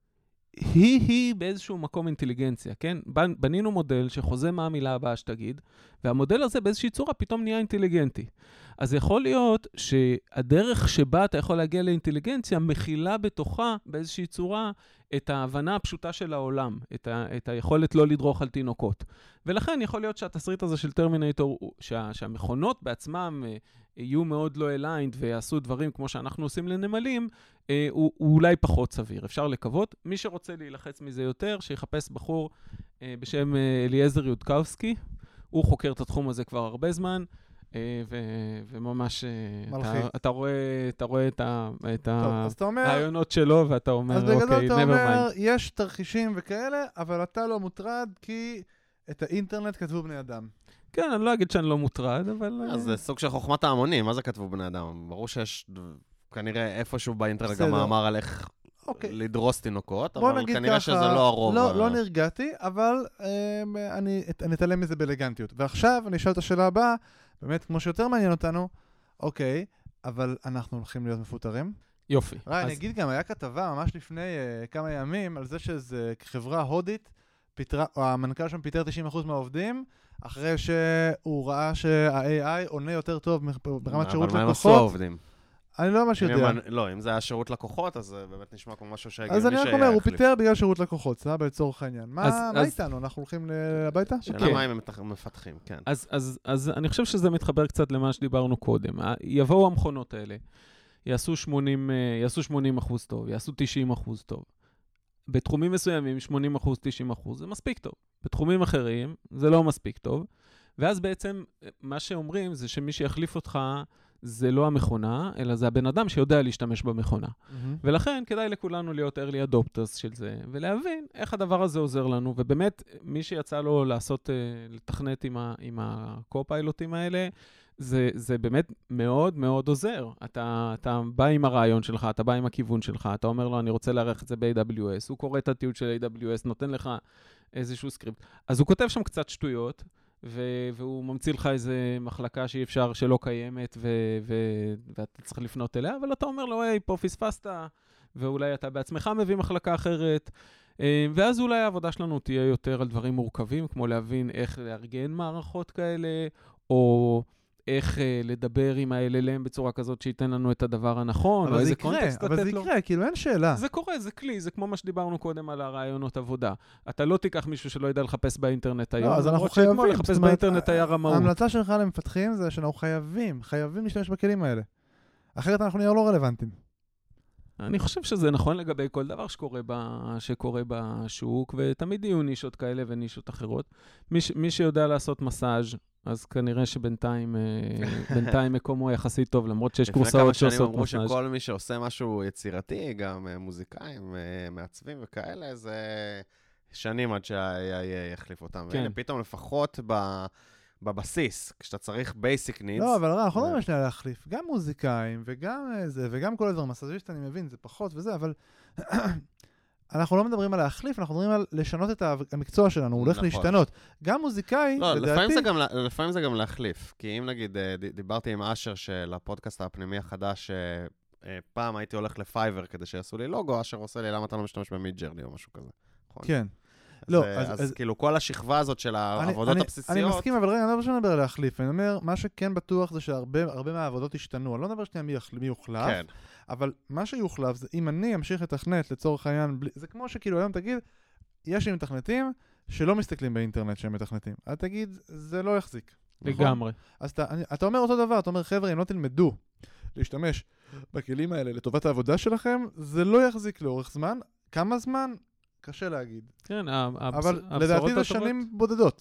היא-היא באיזשהו מקום אינטליגנציה, כן? בנינו מודל שחוזה מה המילה הבאה שתגיד, והמודל הזה באיזושהי צורה פתאום נהיה אינטליגנטי. אז יכול להיות שהדרך שבה אתה יכול להגיע לאינטליגנציה מכילה בתוכה באיזושהי צורה את ההבנה הפשוטה של העולם, את, ה- את היכולת לא לדרוך על תינוקות. ולכן יכול להיות שהתסריט הזה של טרמינטור, שה- שהמכונות בעצמם יהיו מאוד לא אליינד ויעשו דברים כמו שאנחנו עושים לנמלים, הוא, הוא אולי פחות סביר. אפשר לקוות. מי שרוצה להילחץ מזה יותר, שיחפש בחור בשם אליעזר יודקובסקי. הוא חוקר את התחום הזה כבר הרבה זמן. ו- וממש אתה, אתה רואה, אתה רואה את, ה- את הרעיונות שלו ואתה אומר,
אז בגדול
אוקיי,
אתה
never
אומר,
mind.
יש תרחישים וכאלה, אבל אתה לא מוטרד כי את האינטרנט כתבו בני אדם.
כן, אני לא אגיד שאני לא מוטרד, אבל...
אז זה סוג של חוכמת ההמונים, מה זה כתבו בני אדם? ברור שיש כנראה איפשהו באינטרנט גם מאמר על איך לדרוס תינוקות, אבל כנראה שזה לא הרוב.
לא נרגעתי, אבל אני אתעלם מזה באלגנטיות. ועכשיו אני אשאל את השאלה הבאה, באמת, כמו שיותר מעניין אותנו, אוקיי, אבל אנחנו הולכים להיות מפוטרים?
יופי.
ראה, אני אגיד גם, היה כתבה ממש לפני כמה ימים, על זה שזו חברה הודית, המנכ"ל שם פיטר תשעים אחוז מהעובדים, אחרי שהוא ראה שה-איי איי עונה יותר טוב ברמת שירות לקוחות.
אבל מה הם עשו העובדים?
אני לא ממש יודע.
לא, אם זה היה שירות לקוחות, אז זה באמת נשמע כמו משהו שהגיע מי
אז אני רק אומר, הוא פיטר בגלל שירות לקוחות, זה לצורך העניין. מה איתנו? אנחנו הולכים הביתה?
שאלה מה הם מפתחים, כן.
אז אני חושב שזה מתחבר קצת למה שדיברנו קודם. יבואו המכונות האלה, יעשו שמונים אחוז טוב, יעשו תשעים אחוז טוב. בתחומים מסוימים, שמונים אחוז, תשעים אחוז, זה מספיק טוב. בתחומים אחרים, זה לא מספיק טוב. ואז בעצם, מה שאומרים זה שמי שיחליף אותך, זה לא המכונה, אלא זה הבן אדם שיודע להשתמש במכונה. Mm-hmm. ולכן כדאי לכולנו להיות early adopters של זה, ולהבין איך הדבר הזה עוזר לנו, ובאמת, מי שיצא לו לעשות, לתכנת עם, ה, עם הקו-פיילוטים האלה, זה, זה באמת מאוד מאוד עוזר. אתה, אתה בא עם הרעיון שלך, אתה בא עם הכיוון שלך, אתה אומר לו, אני רוצה לערך את זה ב-איי דאבליו אס, הוא קורא את התיעוד של איי דאבליו אס, נותן לך איזשהו סקריפט. אז הוא כותב שם קצת שטויות, ו- והוא ממציא לך איזה מחלקה שאי אפשר, שלא קיימת, ו- ו- ואתה צריך לפנות אליה, אבל אתה אומר לו, היי, פה פספסת, ואולי אתה בעצמך מביא מחלקה אחרת, ואז אולי העבודה שלנו תהיה יותר על דברים מורכבים, כמו להבין איך לארגן מערכות כאלה, או איך לדבר עם ה-אל אל אם בצורה כזאת שייתן לנו את הדבר הנכון, או איזה קונטקסט לתת לו.
אבל זה יקרה, כאילו אין שאלה.
זה קורה, זה כלי, זה כמו מה שדיברנו קודם על הרעיונות עבודה. אתה לא תיקח מישהו שלא ידע לחפש באינטרנט היום.
לא, אז אנחנו חייבים.
לחפש באינטרנט היה רמאות.
ההמלצה שלך למפתחים זה שאנחנו חייבים, חייבים להשתמש בכלים האלה. אחרת אנחנו נהיה לא רלוונטיים.
אני חושב שזה נכון לגבי כל דבר שקורה, ב, שקורה בשוק, ותמיד יהיו נישות כאלה ונישות אחרות. מי, מי שיודע לעשות מסאז' אז כנראה שבינתיים בינתיים מקומו יחסית טוב, למרות שיש קורסאות שעושות מסאז'.
לפני כמה שנים אמרו שכל מי שעושה משהו יצירתי, גם מוזיקאים, מעצבים וכאלה, זה שנים עד שה-איי איי יחליף אותם.
כן.
והנה, פתאום לפחות ב... בבסיס, כשאתה צריך basic needs.
לא, אבל אנחנו לא מדברים שנייה להחליף. גם מוזיקאים, וגם זה, וגם כל הדברים. מסאז'יסט, אני מבין, זה פחות וזה, אבל אנחנו לא מדברים על להחליף, אנחנו מדברים על לשנות את המקצוע שלנו, הוא הולך להשתנות. גם מוזיקאי,
לא,
לדעתי...
לפעמים זה גם להחליף. כי אם נגיד, דיברתי עם אשר של הפודקאסט הפנימי החדש, פעם הייתי הולך לפייבר כדי שיעשו לי לוגו, אשר עושה לי למה אתה לא משתמש במידג'רני או משהו כזה.
כן.
לא, אז, אז כאילו כל השכבה הזאת של העבודות
אני,
הבסיסיות...
אני מסכים, אבל רגע, אני לא חושב לדבר להחליף. אני אומר, מה שכן בטוח זה שהרבה הרבה מהעבודות השתנו. אני לא מדבר שנייה מי, מי יוחלף,
כן.
אבל מה שיוחלף זה אם אני אמשיך לתכנת לצורך העניין, בלי, זה כמו שכאילו היום תגיד, יש לי מתכנתים שלא מסתכלים באינטרנט שהם מתכנתים. אז תגיד, זה לא יחזיק.
לגמרי.
אז אתה, אני, אתה אומר אותו דבר, אתה אומר, חבר'ה, אם לא תלמדו להשתמש בכלים האלה לטובת העבודה שלכם, זה לא יחזיק לאורך זמן. כמה זמן? קשה להגיד.
כן,
אבל לדעתי זה שנים בודדות.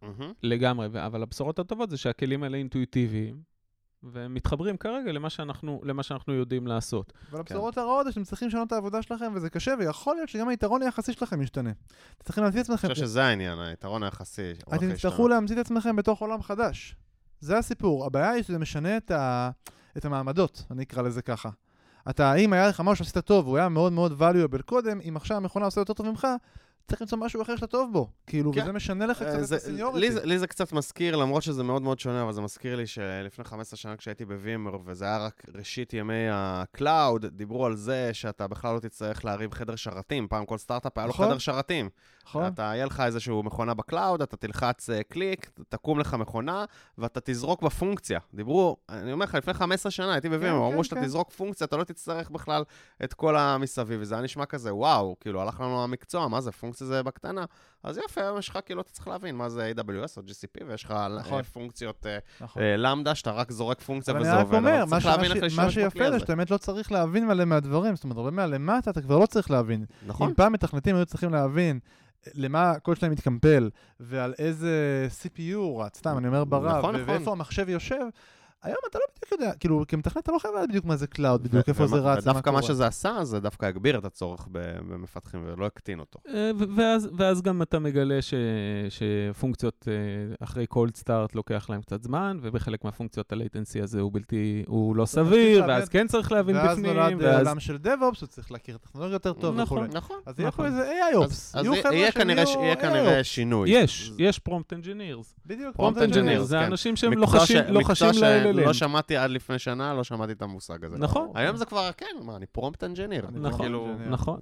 לגמרי, אבל הבשורות הטובות זה שהכלים האלה אינטואיטיביים, והם מתחברים כרגע למה שאנחנו, למה שאנחנו יודעים לעשות.
אבל הבשורות הרעות זה שאתם צריכים לשנות את העבודה שלכם, וזה קשה, ויכול להיות שגם היתרון היחסי שלכם ישתנה. אתם צריכים להמציא את עצמכם.
אני חושב שזה העניין, היתרון היחסי.
אתם תצטרכו להמציא את עצמכם בתוך עולם חדש. זה הסיפור. הבעיה היא שזה משנה את, ה... את המעמדות, אני אקרא לזה ככה. אתה, אם היה לך משהו שעשית טוב, הוא היה מאוד מאוד valuable קודם, אם עכשיו המכונה עושה יותר טוב ממך, צריך למצוא משהו אחר שאתה טוב בו. כאילו, וזה משנה לך קצת את הסיניוריטי.
לי זה קצת מזכיר, למרות שזה מאוד מאוד שונה, אבל זה מזכיר לי שלפני חמש עשרה שנה כשהייתי בווימר, וזה היה רק ראשית ימי הקלאוד, דיברו על זה שאתה בכלל לא תצטרך להרים חדר שרתים. פעם כל סטארט-אפ היה לו חדר שרתים. אתה, יהיה לך איזשהו מכונה בקלאוד, אתה תלחץ קליק, תקום לך מכונה, ואתה תזרוק בפונקציה. דיברו, אני אומר לך, לפני חמש עשרה שנה הייתי בווימר, אמרו שאתה תזרוק פונקציה, אתה לא תצטרך בכלל את כל המסביב, וזה היה נשמע כזה, וואו, כאילו, הלך לנו המקצוע, מה זה, פונקציה זה בקטנה? אז יפה, היום יש לך, כאילו, אתה צריך להבין מה זה איי דאבליו אס או ג'י סי פי, ויש לך פונקציות למדה, שאתה רק זורק פונקציה וזה עובד.
אבל אני רק אומר, מה שיפה זה שאתה באמת לא צריך להבין מלא מהדברים, זאת אומרת, הרבה מהלמטה אתה כבר לא צריך להבין. אם פעם מתכנתים היו צריכים להבין למה הקוד שלהם מתקמפל, ועל איזה סי פי יו רץ, סתם, אני אומר ברב, ואיפה המחשב יושב, היום אתה לא בדיוק יודע, כאילו, כמתכנת אתה לא חייב לדעת בדיוק מה זה קלאוד, בדיוק איפה זה רץ.
ודווקא מה שזה עשה, זה דווקא הגביר את הצורך במפתחים, ולא הקטין אותו.
ואז גם אתה מגלה שפונקציות אחרי cold start לוקח להם קצת זמן, ובחלק מהפונקציות ה-latency הזה הוא בלתי, הוא לא סביר, ואז כן צריך להבין בפנים.
ואז נולד עולם של DevOps, הוא צריך להכיר טכנולוגיה יותר טוב וכו'.
נכון.
אז יהיה פה איזה איי איי אופס.
אז יהיה כנראה שינוי.
יש, יש prompt engineers.
בדיוק,
prompt engineers. זה אנשים שהם לוחשים ל...
לא שמעתי עד לפני שנה, לא שמעתי את המושג הזה.
נכון.
היום זה כבר, כן, מה, אני פרומפט אנג'יניר.
נכון, נכון.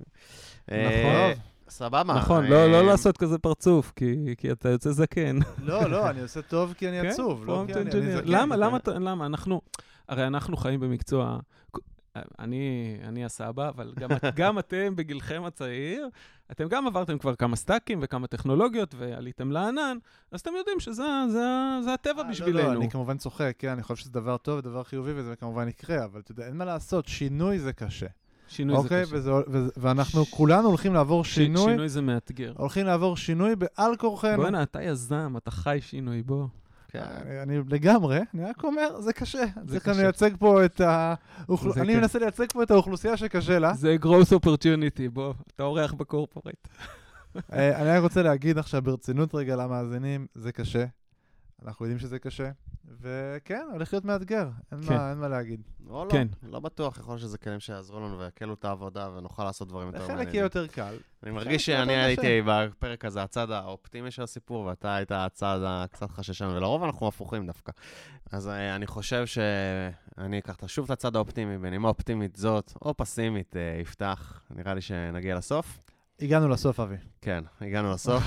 סבבה.
נכון, לא לעשות כזה פרצוף, כי אתה יוצא זקן.
לא, לא, אני עושה טוב כי אני עצוב.
פרומפט אנג'יניר. למה, למה, אנחנו, הרי אנחנו חיים במקצוע... אני, אני הסבא, אבל גם, גם אתם בגילכם הצעיר, אתם גם עברתם כבר כמה סטאקים וכמה טכנולוגיות ועליתם לענן, אז אתם יודעים שזה זה, זה הטבע בשבילנו.
לא, לא, אני כמובן צוחק, כן, אני חושב שזה דבר טוב ודבר חיובי וזה כמובן יקרה, אבל אתה יודע, אין מה לעשות, שינוי זה קשה.
שינוי
אוקיי?
זה קשה.
וזה, וזה, ואנחנו כולנו הולכים לעבור שינוי.
שינוי זה מאתגר.
הולכים לעבור שינוי בעל כורחנו.
בוא הנה, אתה יזם, אתה חי שינוי, בוא.
אני לגמרי, אני רק אומר, זה קשה. צריך לייצג פה את ה... אני מנסה לייצג פה את האוכלוסייה שקשה לה.
זה growth opportunity, בוא, אתה אורח בקורפורט.
אני רק רוצה להגיד עכשיו ברצינות רגע למאזינים, זה קשה. אנחנו יודעים שזה קשה. וכן, הולך להיות מאתגר, אין מה להגיד.
לא, לא, לא בטוח, יכול שזה כלים שיעזרו לנו ויקלו את העבודה ונוכל לעשות דברים יותר מעניינים.
חלק יהיה יותר קל.
אני מרגיש שאני הייתי בפרק הזה הצד האופטימי של הסיפור, ואתה היית הצד הקצת חששן, ולרוב אנחנו הפוכים דווקא. אז אני חושב שאני אקח שוב את הצד האופטימי, בנימה אופטימית זאת, או פסימית, יפתח, נראה לי שנגיע לסוף.
הגענו לסוף, אבי.
כן, הגענו לסוף.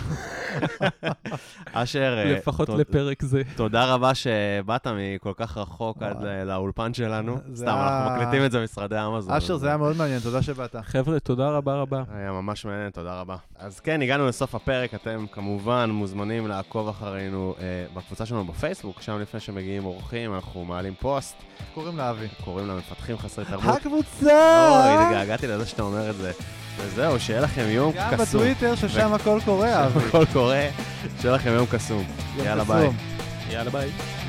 אשר,
לפחות לפרק זה.
תודה רבה שבאת מכל כך רחוק עד לאולפן שלנו. סתם, אנחנו מקליטים את זה במשרדי אמזון.
אשר, זה היה מאוד מעניין, תודה שבאת.
חבר'ה, תודה רבה רבה.
היה ממש מעניין, תודה רבה. אז כן, הגענו לסוף הפרק, אתם כמובן מוזמנים לעקוב אחרינו בקבוצה שלנו בפייסבוק, שם לפני שמגיעים אורחים, אנחנו מעלים פוסט.
קוראים לאבי.
קוראים למפתחים חסרי תרבות.
הקבוצה!
אוי, התגעגעתי לזה שאתה אומר את זה. וזהו, שיהיה לכם יום קסום.
גם בטוויטר ששם הכל קורה, אבי.
הכל קורה, שיהיה לכם יום קסום. יאללה ביי.
יאללה ביי.